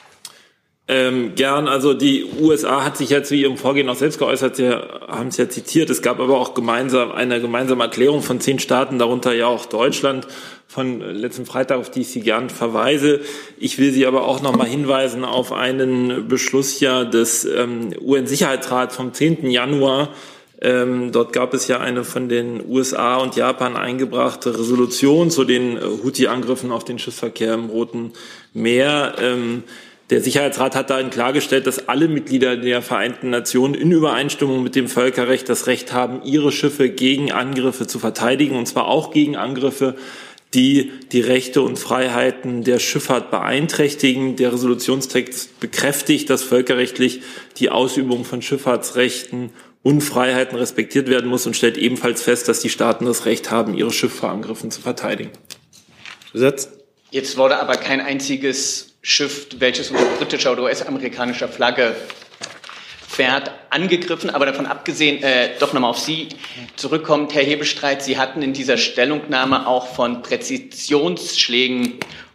Gern. Also die USA hat sich ja zu ihrem Vorgehen auch selbst geäußert. Sie haben es ja zitiert. Es gab aber auch eine gemeinsame Erklärung von 10 Staaten, darunter ja auch Deutschland, von letzten Freitag, auf die ich Sie gern verweise. Ich will Sie aber auch noch mal hinweisen auf einen Beschluss ja des UN-Sicherheitsrats vom 10. Januar. Dort gab es ja eine von den USA und Japan eingebrachte Resolution zu den Houthi-Angriffen auf den Schiffsverkehr im Roten Meer. Der Sicherheitsrat hat darin klargestellt, dass alle Mitglieder der Vereinten Nationen in Übereinstimmung mit dem Völkerrecht das Recht haben, ihre Schiffe gegen Angriffe zu verteidigen, und zwar auch gegen Angriffe, die die Rechte und Freiheiten der Schifffahrt beeinträchtigen. Der Resolutionstext bekräftigt, dass völkerrechtlich die Ausübung von Schifffahrtsrechten und Freiheiten respektiert werden muss, und stellt ebenfalls fest, dass die Staaten das Recht haben, ihre Schiffe vor Angriffen zu verteidigen. Zusatz? Jetzt wurde aber kein einziges Schiff, welches unter britischer oder US-amerikanischer Flagge fährt, angegriffen. Aber davon abgesehen, doch nochmal auf Sie zurückkommt, Herr Hebestreit, Sie hatten in dieser Stellungnahme auch von Präzisionsschlägen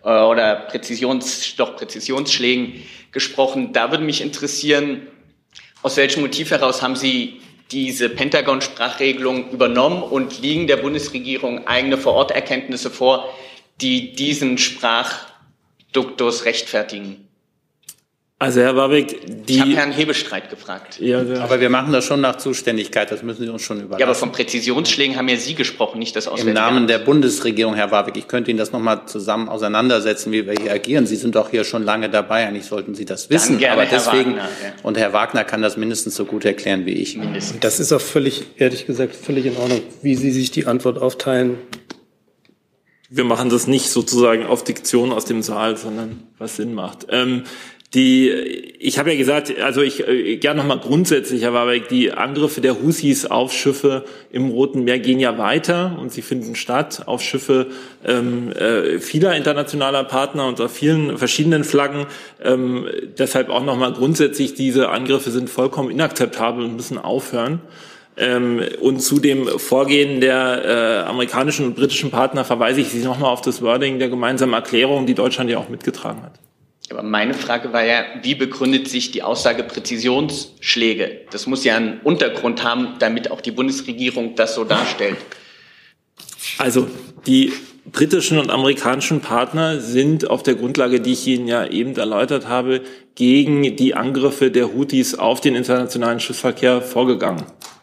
oder Präzisionsschlägen gesprochen. Da würde mich interessieren, aus welchem Motiv heraus haben Sie diese Pentagon-Sprachregelung übernommen und liegen der Bundesregierung eigene Vororterkenntnisse vor, die diesen Sprachduktus rechtfertigen? Also Herr Warwick, ich habe Herrn Hebestreit gefragt. Ja, aber wir machen das schon nach Zuständigkeit, das müssen Sie uns schon überlassen. Ja, aber von Präzisionsschlägen haben ja Sie gesprochen, nicht das Auswärtige Im Namen der Bundesregierung, Herr Warwick, ich könnte Ihnen das nochmal zusammen auseinandersetzen, wie wir hier agieren. Sie sind doch hier schon lange dabei, eigentlich sollten Sie das wissen. Dann gerne aber deswegen, Herr Wagner, ja. Und Herr Wagner kann das mindestens so gut erklären wie ich. Und das ist auch ehrlich gesagt, völlig in Ordnung, wie Sie sich die Antwort aufteilen. Wir machen das nicht sozusagen auf Diktion aus dem Saal, sondern was Sinn macht. Ich habe ja gesagt, also ich gerne nochmal grundsätzlich, Herr Warwick, die Angriffe der Houthis auf Schiffe im Roten Meer gehen ja weiter und sie finden statt auf Schiffe vieler internationaler Partner unter vielen verschiedenen Flaggen. Deshalb auch nochmal grundsätzlich, diese Angriffe sind vollkommen inakzeptabel und müssen aufhören. Und zu dem Vorgehen der amerikanischen und britischen Partner verweise ich Sie nochmal auf das Wording der gemeinsamen Erklärung, die Deutschland ja auch mitgetragen hat. Aber meine Frage war ja, wie begründet sich die Aussage Präzisionsschläge? Das muss ja einen Untergrund haben, damit auch die Bundesregierung das so darstellt. Also die britischen und amerikanischen Partner sind auf der Grundlage, die ich Ihnen ja eben erläutert habe, gegen die Angriffe der Houthis auf den internationalen Schiffsverkehr vorgegangen.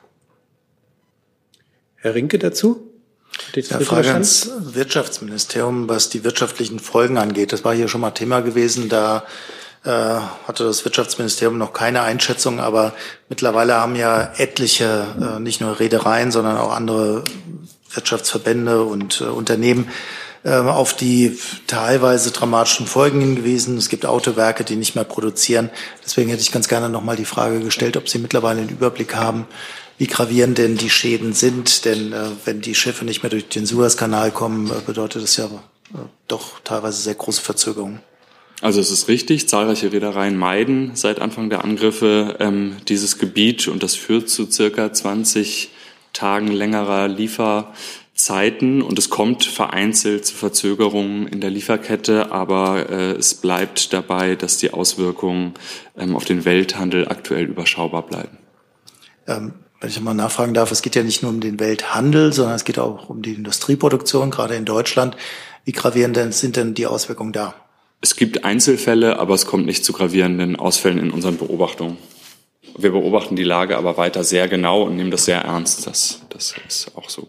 Herr Rinke dazu? Ja, Frage ans Wirtschaftsministerium, was die wirtschaftlichen Folgen angeht. Das war hier schon mal Thema gewesen. Da hatte das Wirtschaftsministerium noch keine Einschätzung, aber mittlerweile haben ja etliche, nicht nur Reedereien, sondern auch andere Wirtschaftsverbände und Unternehmen auf die teilweise dramatischen Folgen hingewiesen. Es gibt Autowerke, die nicht mehr produzieren. Deswegen hätte ich ganz gerne noch mal die Frage gestellt, ob Sie mittlerweile einen Überblick haben, wie gravierend denn die Schäden sind. Denn wenn die Schiffe nicht mehr durch den Suezkanal kommen, bedeutet das ja doch teilweise sehr große Verzögerungen. Also es ist richtig, zahlreiche Reedereien meiden seit Anfang der Angriffe dieses Gebiet und das führt zu circa 20 Tagen längerer Lieferzeiten und es kommt vereinzelt zu Verzögerungen in der Lieferkette, aber es bleibt dabei, dass die Auswirkungen auf den Welthandel aktuell überschaubar bleiben. Wenn ich mal nachfragen darf, es geht ja nicht nur um den Welthandel, sondern es geht auch um die Industrieproduktion, gerade in Deutschland. Wie gravierend sind denn die Auswirkungen da? Es gibt Einzelfälle, aber es kommt nicht zu gravierenden Ausfällen in unseren Beobachtungen. Wir beobachten die Lage aber weiter sehr genau und nehmen das sehr ernst. Das ist auch so.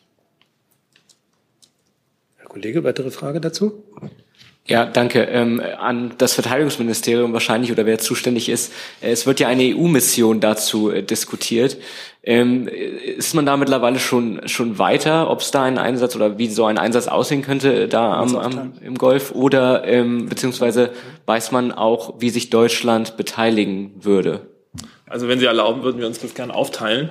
Herr Kollege, weitere Frage dazu? Ja, danke. An das Verteidigungsministerium wahrscheinlich oder wer zuständig ist. Es wird ja eine EU-Mission dazu diskutiert. Ist man da mittlerweile schon weiter, ob es da einen Einsatz oder wie so ein Einsatz aussehen könnte da im Golf? Oder beziehungsweise weiß man auch, wie sich Deutschland beteiligen würde? Also wenn Sie erlauben, würden wir uns das gerne aufteilen.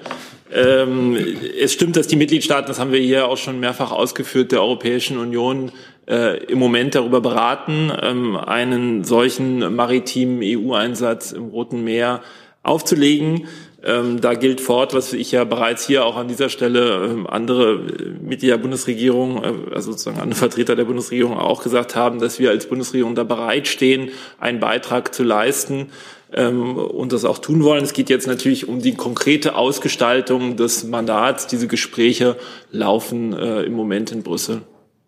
Es stimmt, dass die Mitgliedstaaten, das haben wir hier auch schon mehrfach ausgeführt, der Europäischen Union im Moment darüber beraten, einen solchen maritimen EU-Einsatz im Roten Meer aufzulegen. Da gilt fort, was ich ja bereits hier auch an dieser Stelle andere Mitglieder der Bundesregierung, also sozusagen andere Vertreter der Bundesregierung auch gesagt haben, dass wir als Bundesregierung da bereitstehen, einen Beitrag zu leisten und das auch tun wollen. Es geht jetzt natürlich um die konkrete Ausgestaltung des Mandats. Diese Gespräche laufen im Moment in Brüssel.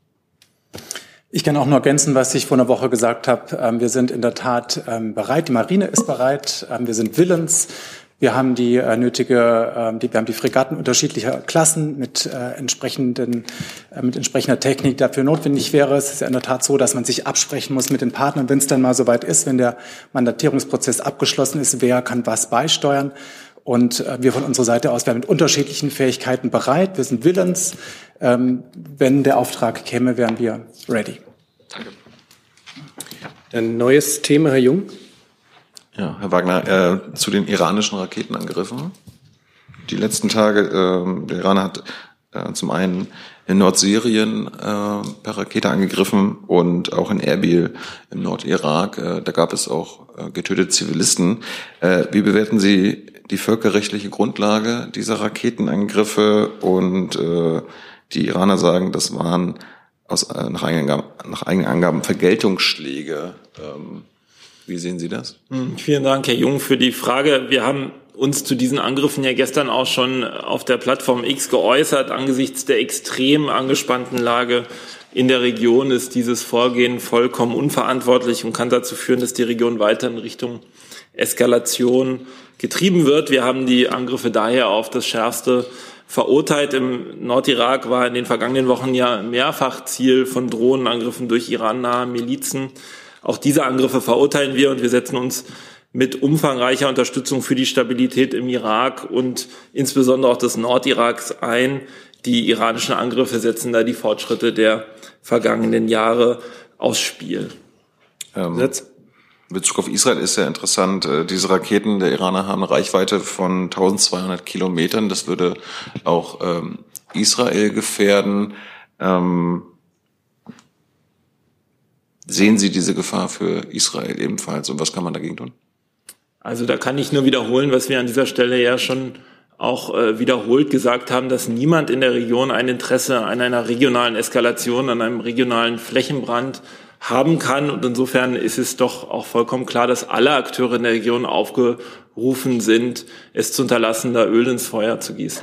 Ich kann auch nur ergänzen, was ich vor einer Woche gesagt habe. Wir sind in der Tat bereit. Die Marine ist bereit. Wir sind willens. Wir haben wir haben die Fregatten unterschiedlicher Klassen mit entsprechender Technik dafür notwendig wäre. Es ist ja in der Tat so, dass man sich absprechen muss mit den Partnern, wenn es dann mal soweit ist, wenn der Mandatierungsprozess abgeschlossen ist, wer kann was beisteuern. Und wir von unserer Seite aus, wir sind mit unterschiedlichen Fähigkeiten bereit. Wir sind willens. Wenn der Auftrag käme, wären wir ready. Danke. Ein neues Thema, Herr Jung. Ja, Herr Wagner, zu den iranischen Raketenangriffen. Die letzten Tage, der Iran hat zum einen in Nordsyrien per Rakete angegriffen und auch in Erbil im Nordirak. Da gab es auch getötete Zivilisten. Wie bewerten Sie die völkerrechtliche Grundlage dieser Raketenangriffe? Und die Iraner sagen, das waren nach eigenen Angaben Vergeltungsschläge. Wie sehen Sie das? Vielen Dank, Herr Jung, für die Frage. Wir haben uns zu diesen Angriffen ja gestern auch schon auf der Plattform X geäußert. Angesichts der extrem angespannten Lage in der Region ist dieses Vorgehen vollkommen unverantwortlich und kann dazu führen, dass die Region weiter in Richtung Eskalation getrieben wird. Wir haben die Angriffe daher auf das Schärfste verurteilt. Im Nordirak war in den vergangenen Wochen ja mehrfach Ziel von Drohnenangriffen durch irannahe Milizen. Auch diese Angriffe verurteilen wir und wir setzen uns mit umfangreicher Unterstützung für die Stabilität im Irak und insbesondere auch des Nordiraks ein. Die iranischen Angriffe setzen da die Fortschritte der vergangenen Jahre aufs Spiel. In Bezug auf Israel ist sehr interessant. Diese Raketen der Iraner haben eine Reichweite von 1200 Kilometern. Das würde auch Israel gefährden. Sehen Sie diese Gefahr für Israel ebenfalls und was kann man dagegen tun? Also da kann ich nur wiederholen, was wir an dieser Stelle ja schon auch wiederholt gesagt haben, dass niemand in der Region ein Interesse an einer regionalen Eskalation, an einem regionalen Flächenbrand haben kann. Und insofern ist es doch auch vollkommen klar, dass alle Akteure in der Region aufgerufen sind, es zu unterlassen, da Öl ins Feuer zu gießen.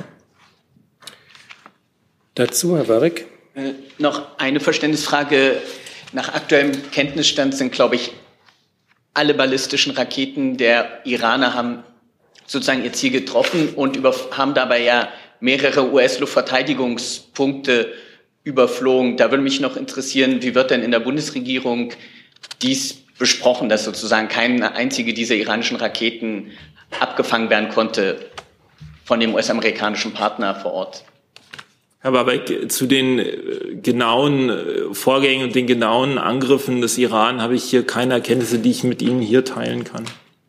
Dazu, Herr Warwick. Noch eine Verständnisfrage. Nach aktuellem Kenntnisstand sind, glaube ich, alle ballistischen Raketen der Iraner haben sozusagen ihr Ziel getroffen und haben dabei ja mehrere US-Luftverteidigungspunkte überflogen. Da würde mich noch interessieren, wie wird denn in der Bundesregierung dies besprochen, dass sozusagen keine einzige dieser iranischen Raketen abgefangen werden konnte von dem US-amerikanischen Partner vor Ort? Herr Babeck, zu den genauen Vorgängen und den genauen Angriffen des Iran habe ich hier keine Erkenntnisse, die ich mit Ihnen hier teilen kann.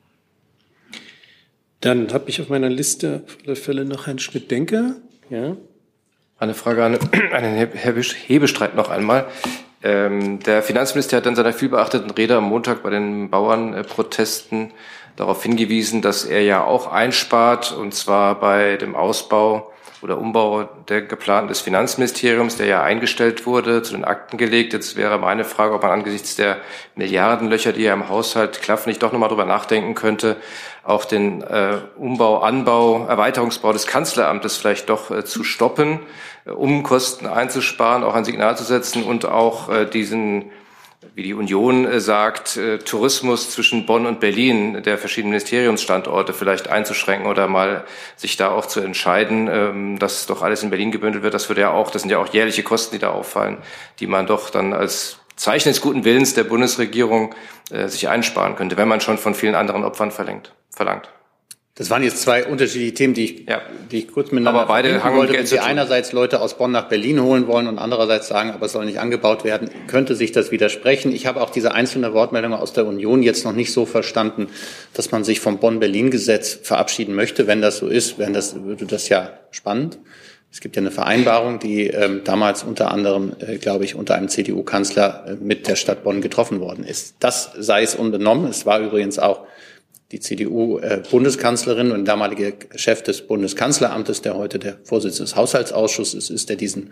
Dann habe ich auf meiner Liste auf alle Fälle noch Herrn Schmidt-Denker. Ja. Eine Frage an Herrn Hebestreit noch einmal. Der Finanzminister hat in seiner vielbeachteten Rede am Montag bei den Bauernprotesten darauf hingewiesen, dass er ja auch einspart, und zwar bei dem Ausbau oder Umbau der geplanten des Finanzministeriums, der ja eingestellt wurde, zu den Akten gelegt. Jetzt wäre meine Frage, ob man angesichts der Milliardenlöcher, die ja im Haushalt klaffen, nicht doch nochmal drüber nachdenken könnte, auch den Umbau, Anbau, Erweiterungsbau des Kanzleramtes vielleicht doch zu stoppen, um Kosten einzusparen, auch ein Signal zu setzen und auch diesen, wie die Union sagt, Tourismus zwischen Bonn und Berlin der verschiedenen Ministeriumsstandorte vielleicht einzuschränken oder mal sich da auch zu entscheiden, dass doch alles in Berlin gebündelt wird. Das sind ja auch jährliche Kosten, die da auffallen, die man doch dann als Zeichen des guten Willens der Bundesregierung sich einsparen könnte, wenn man schon von vielen anderen Opfern verlangt. Das waren jetzt zwei unterschiedliche Themen, die ich kurz miteinander verbinden wollte. Wenn Sie einerseits Leute aus Bonn nach Berlin holen wollen und andererseits sagen, aber es soll nicht angebaut werden, könnte sich das widersprechen. Ich habe auch diese einzelne Wortmeldung aus der Union jetzt noch nicht so verstanden, dass man sich vom Bonn-Berlin-Gesetz verabschieden möchte. Wenn das so ist, würde das ja spannend. Es gibt ja eine Vereinbarung, die damals unter anderem, glaube ich, unter einem CDU-Kanzler mit der Stadt Bonn getroffen worden ist. Das sei es unbenommen. Es war übrigens auch die CDU-Bundeskanzlerin und damalige Chef des Bundeskanzleramtes, der heute der Vorsitzende des Haushaltsausschusses ist, der diesen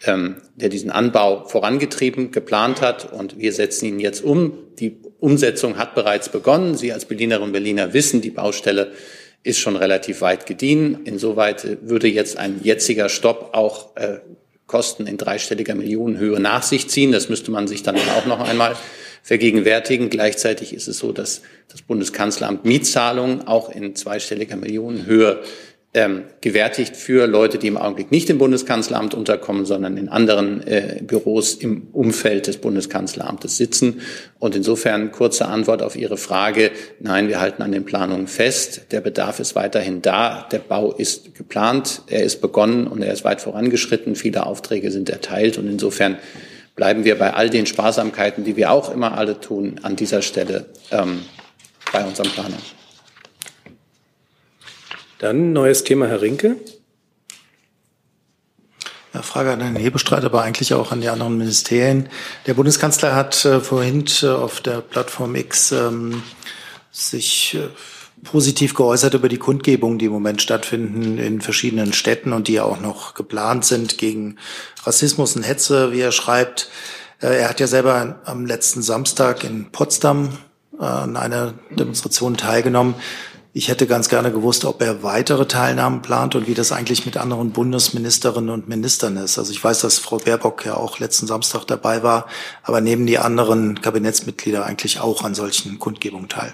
Anbau vorangetrieben, geplant hat. Und wir setzen ihn jetzt um. Die Umsetzung hat bereits begonnen. Sie als Berlinerinnen und Berliner wissen, die Baustelle ist schon relativ weit gediehen. Insoweit würde jetzt ein jetziger Stopp auch Kosten in dreistelliger Millionenhöhe nach sich ziehen. Das müsste man sich dann auch noch einmal vergegenwärtigen. Gleichzeitig ist es so, dass das Bundeskanzleramt Mietzahlungen auch in zweistelliger Millionenhöhe gewärtigt für Leute, die im Augenblick nicht im Bundeskanzleramt unterkommen, sondern in anderen Büros im Umfeld des Bundeskanzleramtes sitzen. Und insofern kurze Antwort auf Ihre Frage. Nein, wir halten an den Planungen fest. Der Bedarf ist weiterhin da. Der Bau ist geplant. Er ist begonnen und er ist weit vorangeschritten. Viele Aufträge sind erteilt und insofern bleiben wir bei all den Sparsamkeiten, die wir auch immer alle tun, an dieser Stelle bei unseren Planungen. Dann neues Thema, Herr Rinke. Ja, Frage an Herrn Hebestreit, aber eigentlich auch an die anderen Ministerien. Der Bundeskanzler hat vorhin auf der Plattform X sich positiv geäußert über die Kundgebungen, die im Moment stattfinden in verschiedenen Städten und die ja auch noch geplant sind gegen Rassismus und Hetze, wie er schreibt. Er hat ja selber am letzten Samstag in Potsdam an einer Demonstration teilgenommen. Ich hätte ganz gerne gewusst, ob er weitere Teilnahmen plant und wie das eigentlich mit anderen Bundesministerinnen und Ministern ist. Also ich weiß, dass Frau Baerbock ja auch letzten Samstag dabei war, aber nehmen die anderen Kabinettsmitglieder eigentlich auch an solchen Kundgebungen teil?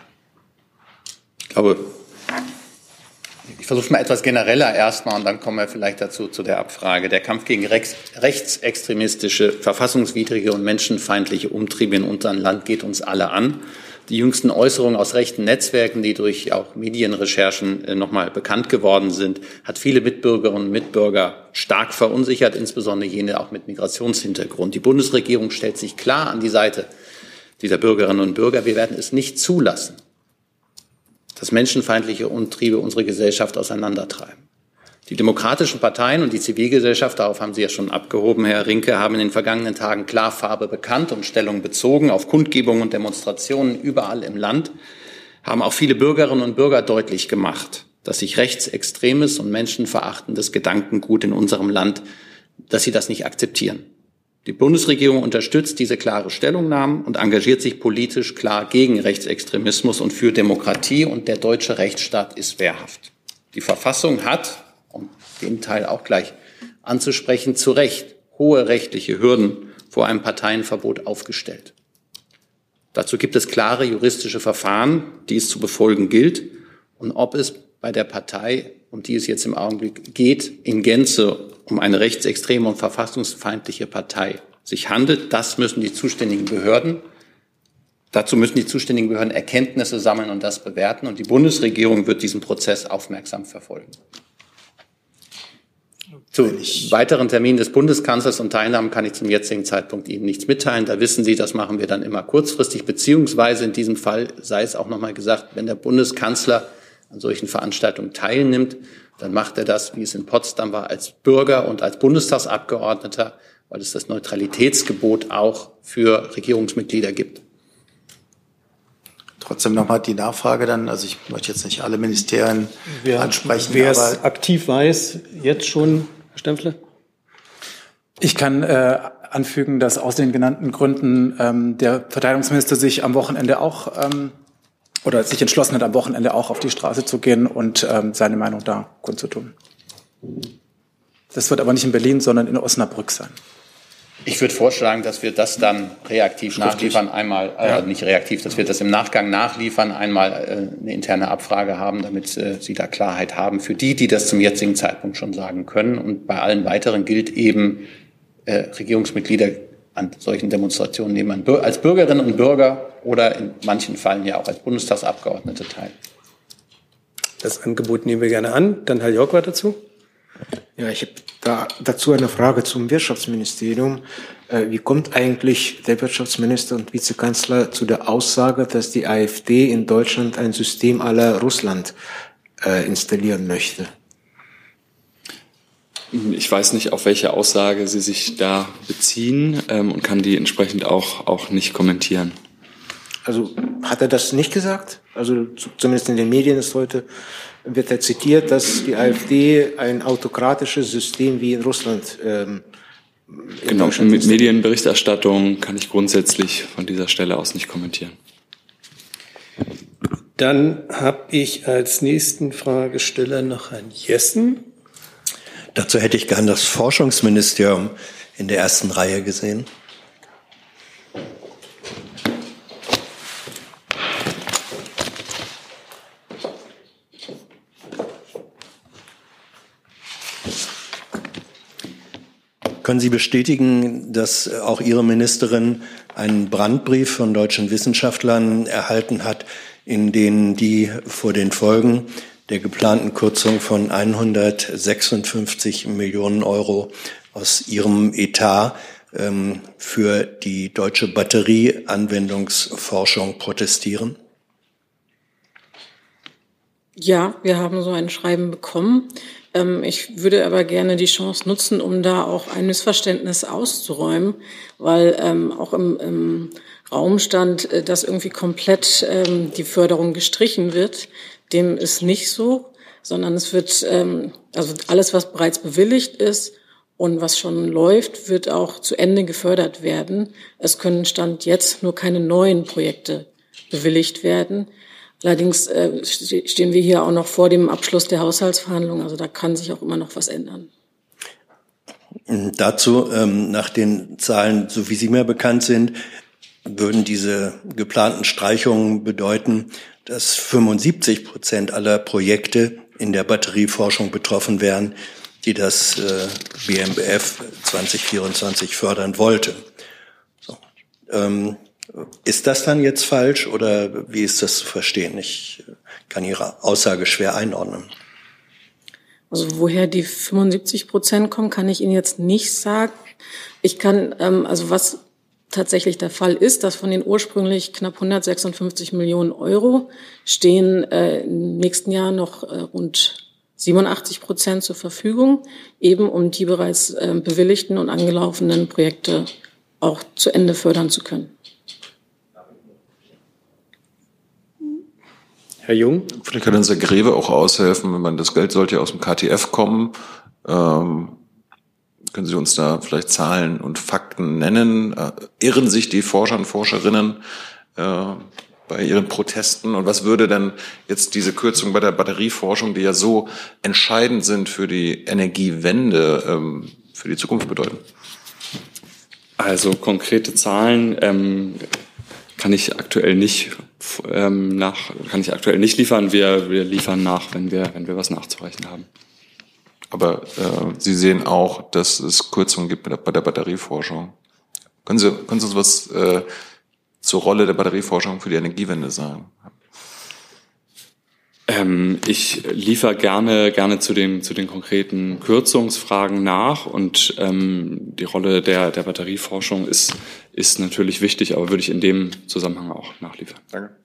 Ich versuche mal etwas genereller erstmal und dann kommen wir vielleicht dazu zu der Abfrage. Der Kampf gegen rechtsextremistische, verfassungswidrige und menschenfeindliche Umtriebe in unserem Land geht uns alle an. Die jüngsten Äußerungen aus rechten Netzwerken, die durch auch Medienrecherchen nochmal bekannt geworden sind, hat viele Mitbürgerinnen und Mitbürger stark verunsichert, insbesondere jene auch mit Migrationshintergrund. Die Bundesregierung stellt sich klar an die Seite dieser Bürgerinnen und Bürger. Wir werden es nicht zulassen, dass menschenfeindliche Umtriebe unsere Gesellschaft auseinandertreiben. Die demokratischen Parteien und die Zivilgesellschaft, darauf haben Sie ja schon abgehoben, Herr Rinke, haben in den vergangenen Tagen klar Farbe bekannt und Stellung bezogen. Auf Kundgebungen und Demonstrationen überall im Land haben auch viele Bürgerinnen und Bürger deutlich gemacht, dass sich rechtsextremes und menschenverachtendes Gedankengut in unserem Land, dass sie das nicht akzeptieren. Die Bundesregierung unterstützt diese klare Stellungnahmen und engagiert sich politisch klar gegen Rechtsextremismus und für Demokratie, und der deutsche Rechtsstaat ist wehrhaft. Die Verfassung hat, um den Teil auch gleich anzusprechen, zu Recht hohe rechtliche Hürden vor einem Parteienverbot aufgestellt. Dazu gibt es klare juristische Verfahren, die es zu befolgen gilt. Und ob es bei der Partei, um die es jetzt im Augenblick geht, in Gänze um eine rechtsextreme und verfassungsfeindliche Partei sich handelt, dazu müssen die zuständigen Behörden Erkenntnisse sammeln und das bewerten. Und die Bundesregierung wird diesen Prozess aufmerksam verfolgen. Zu weiteren Terminen des Bundeskanzlers und Teilnahmen kann ich zum jetzigen Zeitpunkt Ihnen nichts mitteilen. Da wissen Sie, das machen wir dann immer kurzfristig, beziehungsweise in diesem Fall sei es auch noch mal gesagt, wenn der Bundeskanzler an solchen Veranstaltungen teilnimmt, dann macht er das, wie es in Potsdam war, als Bürger und als Bundestagsabgeordneter, weil es das Neutralitätsgebot auch für Regierungsmitglieder gibt. Trotzdem nochmal die Nachfrage dann, also ich möchte jetzt nicht alle Ministerien ansprechen. Wer es aktiv weiß, jetzt schon, Herr Stempfle? Ich kann anfügen, dass aus den genannten Gründen der Verteidigungsminister sich am Wochenende auch oder sich entschlossen hat, am Wochenende auch auf die Straße zu gehen und seine Meinung da kundzutun. Das wird aber nicht in Berlin, sondern in Osnabrück sein. Ich würde vorschlagen, dass wir das dann reaktiv nachliefern, nicht reaktiv, dass wir das im Nachgang nachliefern, einmal eine interne Abfrage haben, damit Sie da Klarheit haben für die das zum jetzigen Zeitpunkt schon sagen können. Und bei allen weiteren gilt eben, Regierungsmitglieder an solchen Demonstrationen nehmen als Bürgerinnen und Bürger oder in manchen Fällen ja auch als Bundestagsabgeordnete teil. Das Angebot nehmen wir gerne an. Dann Herr Jörg dazu. Ja, ich habe dazu eine Frage zum Wirtschaftsministerium. Wie kommt eigentlich der Wirtschaftsminister und Vizekanzler zu der Aussage, dass die AfD in Deutschland ein System à la Russland installieren möchte? Ich weiß nicht, auf welche Aussage Sie sich da beziehen und kann die entsprechend auch nicht kommentieren. Also hat er das nicht gesagt? Also zumindest in den Medien ist heute, wird er zitiert, dass die AfD ein autokratisches System wie in Russland genau, mit Medienberichterstattung kann ich grundsätzlich von dieser Stelle aus nicht kommentieren. Dann habe ich als nächsten Fragesteller noch Herrn Jessen. Dazu hätte ich gern das Forschungsministerium in der ersten Reihe gesehen. Können Sie bestätigen, dass auch Ihre Ministerin einen Brandbrief von deutschen Wissenschaftlern erhalten hat, in denen die vor den Folgen der geplanten Kürzung von 156 Millionen Euro aus ihrem Etat für die deutsche Batterieanwendungsforschung protestieren? Ja, wir haben so ein Schreiben bekommen. Ich würde aber gerne die Chance nutzen, um da auch ein Missverständnis auszuräumen, weil auch im Raum stand, dass irgendwie komplett die Förderung gestrichen wird. Dem ist nicht so, sondern es wird, also alles, was bereits bewilligt ist und was schon läuft, wird auch zu Ende gefördert werden. Es können Stand jetzt nur keine neuen Projekte bewilligt werden. Allerdings stehen wir hier auch noch vor dem Abschluss der Haushaltsverhandlungen. Also da kann sich auch immer noch was ändern. Dazu, nach den Zahlen, so wie sie mir bekannt sind, würden diese geplanten Streichungen bedeuten, dass 75% aller Projekte in der Batterieforschung betroffen wären, die das BMBF 2024 fördern wollte. So. Ist das dann jetzt falsch oder wie ist das zu verstehen? Ich kann Ihre Aussage schwer einordnen. Also woher die 75% kommen, kann ich Ihnen jetzt nicht sagen. Ich kann, also was tatsächlich der Fall ist, dass von den ursprünglich knapp 156 Millionen Euro stehen im nächsten Jahr noch rund 87% zur Verfügung, eben um die bereits bewilligten und angelaufenen Projekte auch zu Ende fördern zu können. Herr Jung? Vielleicht kann uns der Greve auch aushelfen, wenn man das Geld sollte ja aus dem KTF kommen. Können Sie uns da vielleicht Zahlen und Fakten nennen? Irren sich die Forscher und Forscherinnen bei ihren Protesten? Und was würde denn jetzt diese Kürzung bei der Batterieforschung, die ja so entscheidend sind für die Energiewende, für die Zukunft bedeuten? Also konkrete Zahlen kann ich aktuell nicht liefern. Wir liefern nach, wenn wir was nachzureichen haben. Aber Sie sehen auch, dass es Kürzungen gibt bei der Batterieforschung. Können Sie uns was zur Rolle der Batterieforschung für die Energiewende sagen? Ich liefere gerne zu den konkreten Kürzungsfragen nach und die Rolle der Batterieforschung ist natürlich wichtig, aber würde ich in dem Zusammenhang auch nachliefern. Danke.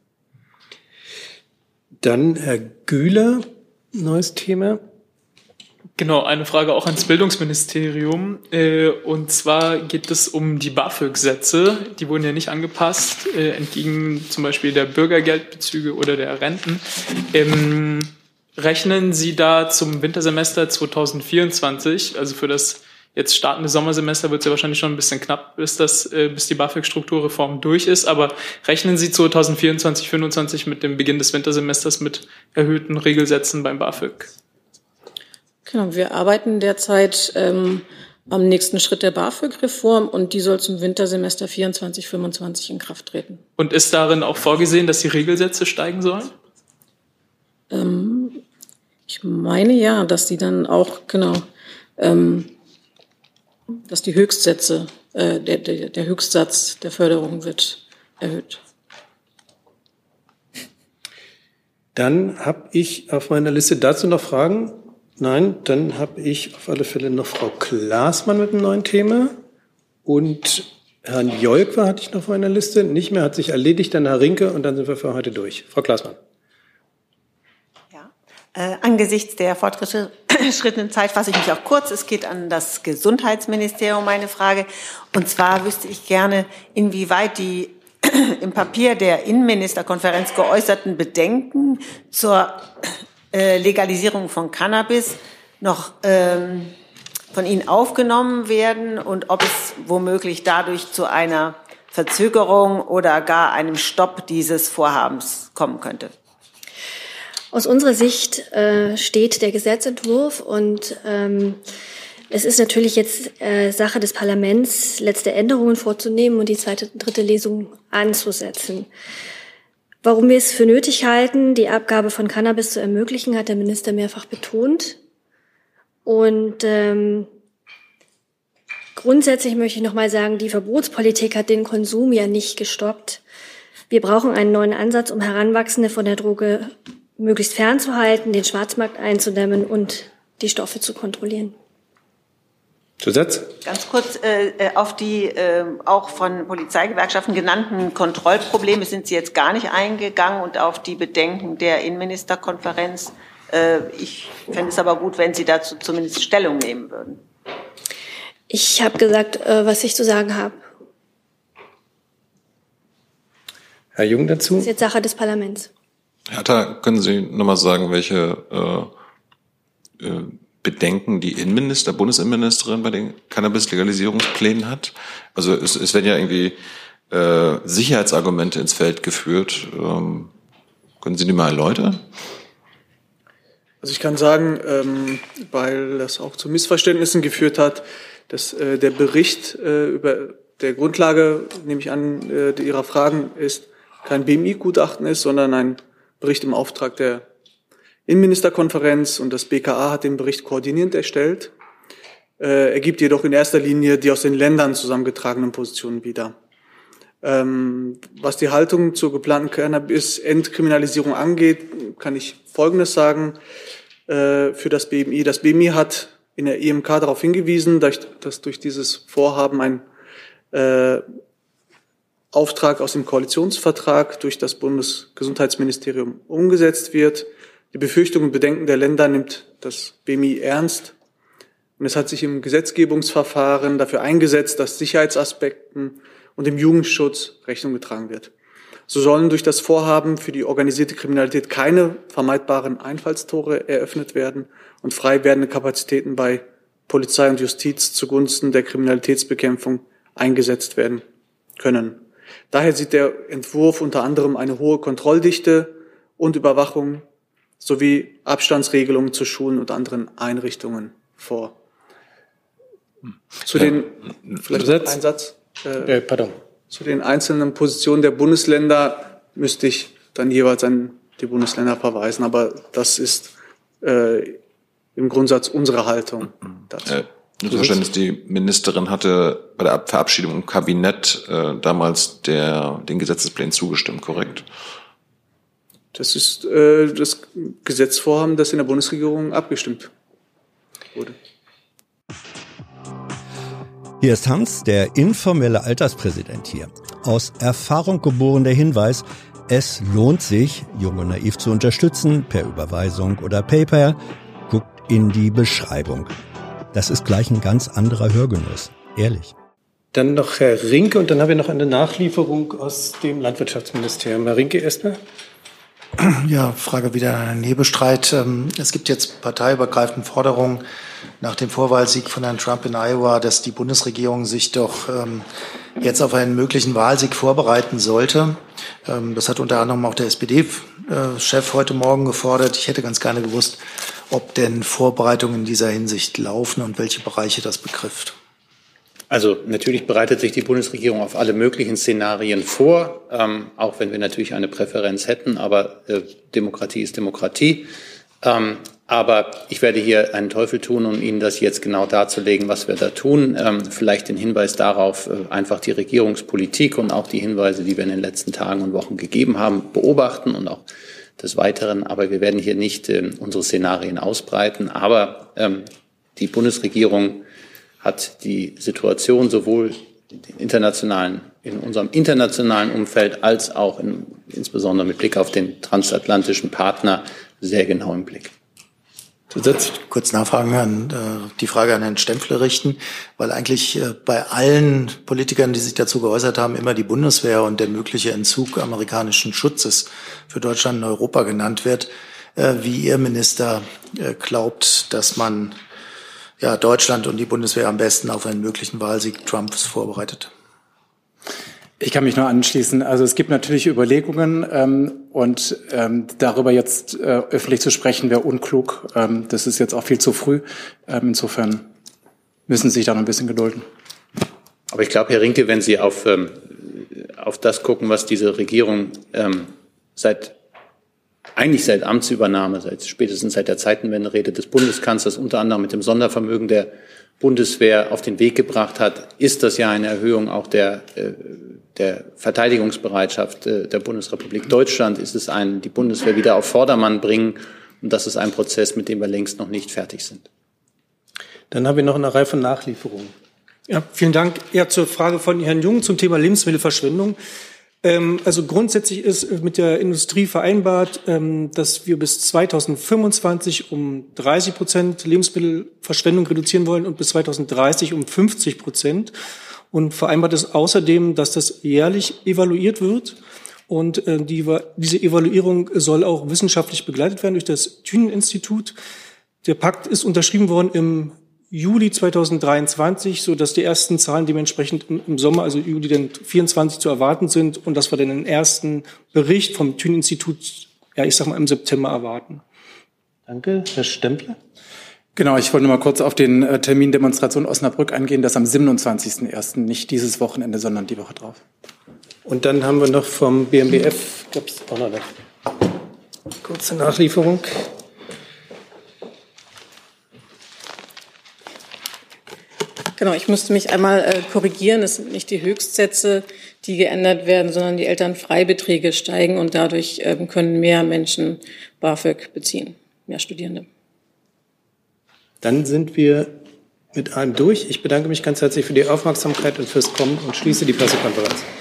Dann Herr Güler, neues Thema. Genau, eine Frage auch ans Bildungsministerium. Und zwar geht es um die BAföG-Sätze. Die wurden ja nicht angepasst, entgegen zum Beispiel der Bürgergeldbezüge oder der Renten. Rechnen Sie da zum Wintersemester 2024, also für das jetzt startende Sommersemester wird es ja wahrscheinlich schon ein bisschen knapp, bis die BAföG-Strukturreform durch ist, aber rechnen Sie 2024, 2025 mit dem Beginn des Wintersemesters mit erhöhten Regelsätzen beim BAföG? Genau, wir arbeiten derzeit am nächsten Schritt der BAföG-Reform und die soll zum Wintersemester 24/25 in Kraft treten. Und ist darin auch vorgesehen, dass die Regelsätze steigen sollen? Ich meine ja, dass die dann auch, dass die Höchstsätze, der Höchstsatz der Förderung wird erhöht. Dann habe ich auf meiner Liste dazu noch Fragen. Nein, dann habe ich auf alle Fälle noch Frau Klaasmann mit einem neuen Thema. Und Herrn Jolkwa hatte ich noch auf meiner Liste. Nicht mehr, hat sich erledigt. Dann Herr Rinke und dann sind wir für heute durch. Frau Klaasmann. Angesichts der fortgeschrittenen Zeit fasse ich mich auch kurz. Es geht an das Gesundheitsministerium, meine Frage. Und zwar wüsste ich gerne, inwieweit die im Papier der Innenministerkonferenz geäußerten Bedenken zur Legalisierung von Cannabis noch von Ihnen aufgenommen werden und ob es womöglich dadurch zu einer Verzögerung oder gar einem Stopp dieses Vorhabens kommen könnte. Aus unserer Sicht steht der Gesetzentwurf und es ist natürlich jetzt Sache des Parlaments, letzte Änderungen vorzunehmen und die zweite und dritte Lesung anzusetzen. Warum wir es für nötig halten, die Abgabe von Cannabis zu ermöglichen, hat der Minister mehrfach betont. Und grundsätzlich möchte ich noch mal sagen, die Verbotspolitik hat den Konsum ja nicht gestoppt. Wir brauchen einen neuen Ansatz, um Heranwachsende von der Droge möglichst fernzuhalten, den Schwarzmarkt einzudämmen und die Stoffe zu kontrollieren. Zusatz? Ganz kurz auf die auch von Polizeigewerkschaften genannten Kontrollprobleme sind Sie jetzt gar nicht eingegangen und auf die Bedenken der Innenministerkonferenz. Ich fände es aber gut, wenn Sie dazu zumindest Stellung nehmen würden. Ich habe gesagt, was ich zu sagen habe. Herr Jung dazu? Das ist jetzt Sache des Parlaments. Herr Hatter, können Sie nochmal sagen, welche Bedenken die Bundesinnenministerin bei den Cannabis-Legalisierungsplänen hat? Also es werden ja irgendwie Sicherheitsargumente ins Feld geführt. Können Sie die mal erläutern? Also ich kann sagen, weil das auch zu Missverständnissen geführt hat, dass der Bericht über der Grundlage, nehme ich an, Ihrer Fragen ist, kein BMI-Gutachten ist, sondern ein Bericht im Auftrag der Innenministerkonferenz, und das BKA hat den Bericht koordinierend erstellt. Er gibt jedoch in erster Linie die aus den Ländern zusammengetragenen Positionen wieder. Was die Haltung zur geplanten Cannabis-Entkriminalisierung angeht, kann ich Folgendes sagen für das BMI. Das BMI hat in der IMK darauf hingewiesen, dass durch dieses Vorhaben ein Auftrag aus dem Koalitionsvertrag durch das Bundesgesundheitsministerium umgesetzt wird. Die Befürchtungen und Bedenken der Länder nimmt das BMI ernst. Und es hat sich im Gesetzgebungsverfahren dafür eingesetzt, dass Sicherheitsaspekten und dem Jugendschutz Rechnung getragen wird. So sollen durch das Vorhaben für die organisierte Kriminalität keine vermeidbaren Einfallstore eröffnet werden und frei werdende Kapazitäten bei Polizei und Justiz zugunsten der Kriminalitätsbekämpfung eingesetzt werden können. Daher sieht der Entwurf unter anderem eine hohe Kontrolldichte und Überwachung sowie Abstandsregelungen zu Schulen und anderen Einrichtungen vor. Zu den, vielleicht ein Satz. Zu den einzelnen Positionen der Bundesländer müsste ich dann jeweils an die Bundesländer verweisen, aber das ist im Grundsatz unsere Haltung dazu. Nur zum Verständnis, die Ministerin hatte bei der Verabschiedung im Kabinett damals den Gesetzesplänen zugestimmt, korrekt? Das ist das Gesetzvorhaben, das in der Bundesregierung abgestimmt wurde. Hier ist Hans, der informelle Alterspräsident hier. Aus Erfahrung geboren der Hinweis, es lohnt sich, Jung und Naiv zu unterstützen, per Überweisung oder PayPal. Guckt in die Beschreibung. Das ist gleich ein ganz anderer Hörgenuss. Ehrlich. Dann noch Herr Rinke und dann haben wir noch eine Nachlieferung aus dem Landwirtschaftsministerium. Herr Rinke erstmal. Ja, Frage wieder an Herrn Hebestreit. Es gibt jetzt parteiübergreifende Forderungen nach dem Vorwahlsieg von Herrn Trump in Iowa, dass die Bundesregierung sich doch jetzt auf einen möglichen Wahlsieg vorbereiten sollte. Das hat unter anderem auch der SPD-Chef heute Morgen gefordert. Ich hätte ganz gerne gewusst, ob denn Vorbereitungen in dieser Hinsicht laufen und welche Bereiche das betrifft. Also natürlich bereitet sich die Bundesregierung auf alle möglichen Szenarien vor, auch wenn wir natürlich eine Präferenz hätten, aber Demokratie ist Demokratie. Aber ich werde hier einen Teufel tun, um Ihnen das jetzt genau darzulegen, was wir da tun. Vielleicht den Hinweis darauf, einfach die Regierungspolitik und auch die Hinweise, die wir in den letzten Tagen und Wochen gegeben haben, beobachten und auch des Weiteren. Aber wir werden hier nicht unsere Szenarien ausbreiten. Aber die Bundesregierung hat die Situation sowohl in unserem internationalen Umfeld als auch insbesondere mit Blick auf den transatlantischen Partner sehr genau im Blick. Kurz nachfragen, die Frage an Herrn Stempfle richten, weil eigentlich bei allen Politikern, die sich dazu geäußert haben, immer die Bundeswehr und der mögliche Entzug amerikanischen Schutzes für Deutschland und Europa genannt wird. Wie Ihr Minister glaubt, dass man Deutschland und die Bundeswehr am besten auf einen möglichen Wahlsieg Trumps vorbereitet? Ich kann mich nur anschließen. Also es gibt natürlich Überlegungen und darüber jetzt öffentlich zu sprechen, wäre unklug. Das ist jetzt auch viel zu früh. Insofern müssen Sie sich da noch ein bisschen gedulden. Aber ich glaube, Herr Rinke, wenn Sie auf das gucken, was diese Regierung seit Amtsübernahme, spätestens seit der Zeitenwende-Rede des Bundeskanzlers, unter anderem mit dem Sondervermögen der Bundeswehr auf den Weg gebracht hat, ist das ja eine Erhöhung auch der Verteidigungsbereitschaft der Bundesrepublik Deutschland. Ist es die Bundeswehr wieder auf Vordermann bringen. Und das ist ein Prozess, mit dem wir längst noch nicht fertig sind. Dann haben wir noch eine Reihe von Nachlieferungen. Ja, vielen Dank. Ja, zur Frage von Herrn Jung zum Thema Lebensmittelverschwendung. Also grundsätzlich ist mit der Industrie vereinbart, dass wir bis 2025 um 30% Lebensmittelverschwendung reduzieren wollen und bis 2030 um 50%. Und vereinbart ist außerdem, dass das jährlich evaluiert wird Und diese Evaluierung soll auch wissenschaftlich begleitet werden durch das Thünen-Institut. Der Pakt ist unterschrieben worden im Juli 2023, so dass die ersten Zahlen dementsprechend im Sommer, also Juli 2024 zu erwarten sind und dass wir dann den ersten Bericht vom Thünen-Institut, ja, ich sag mal, im September erwarten. Danke. Herr Stempler? Genau, ich wollte nur mal kurz auf den Termin Demonstration Osnabrück eingehen, das am 27.01., nicht dieses Wochenende, sondern die Woche drauf. Und dann haben wir noch vom BMBF, gab es auch noch eine kurze Nachlieferung. Genau, ich müsste mich einmal korrigieren. Es sind nicht die Höchstsätze, die geändert werden, sondern die Elternfreibeträge steigen und dadurch können mehr Menschen BAföG beziehen, mehr Studierende. Dann sind wir mit allem durch. Ich bedanke mich ganz herzlich für die Aufmerksamkeit und fürs Kommen und schließe die Pressekonferenz.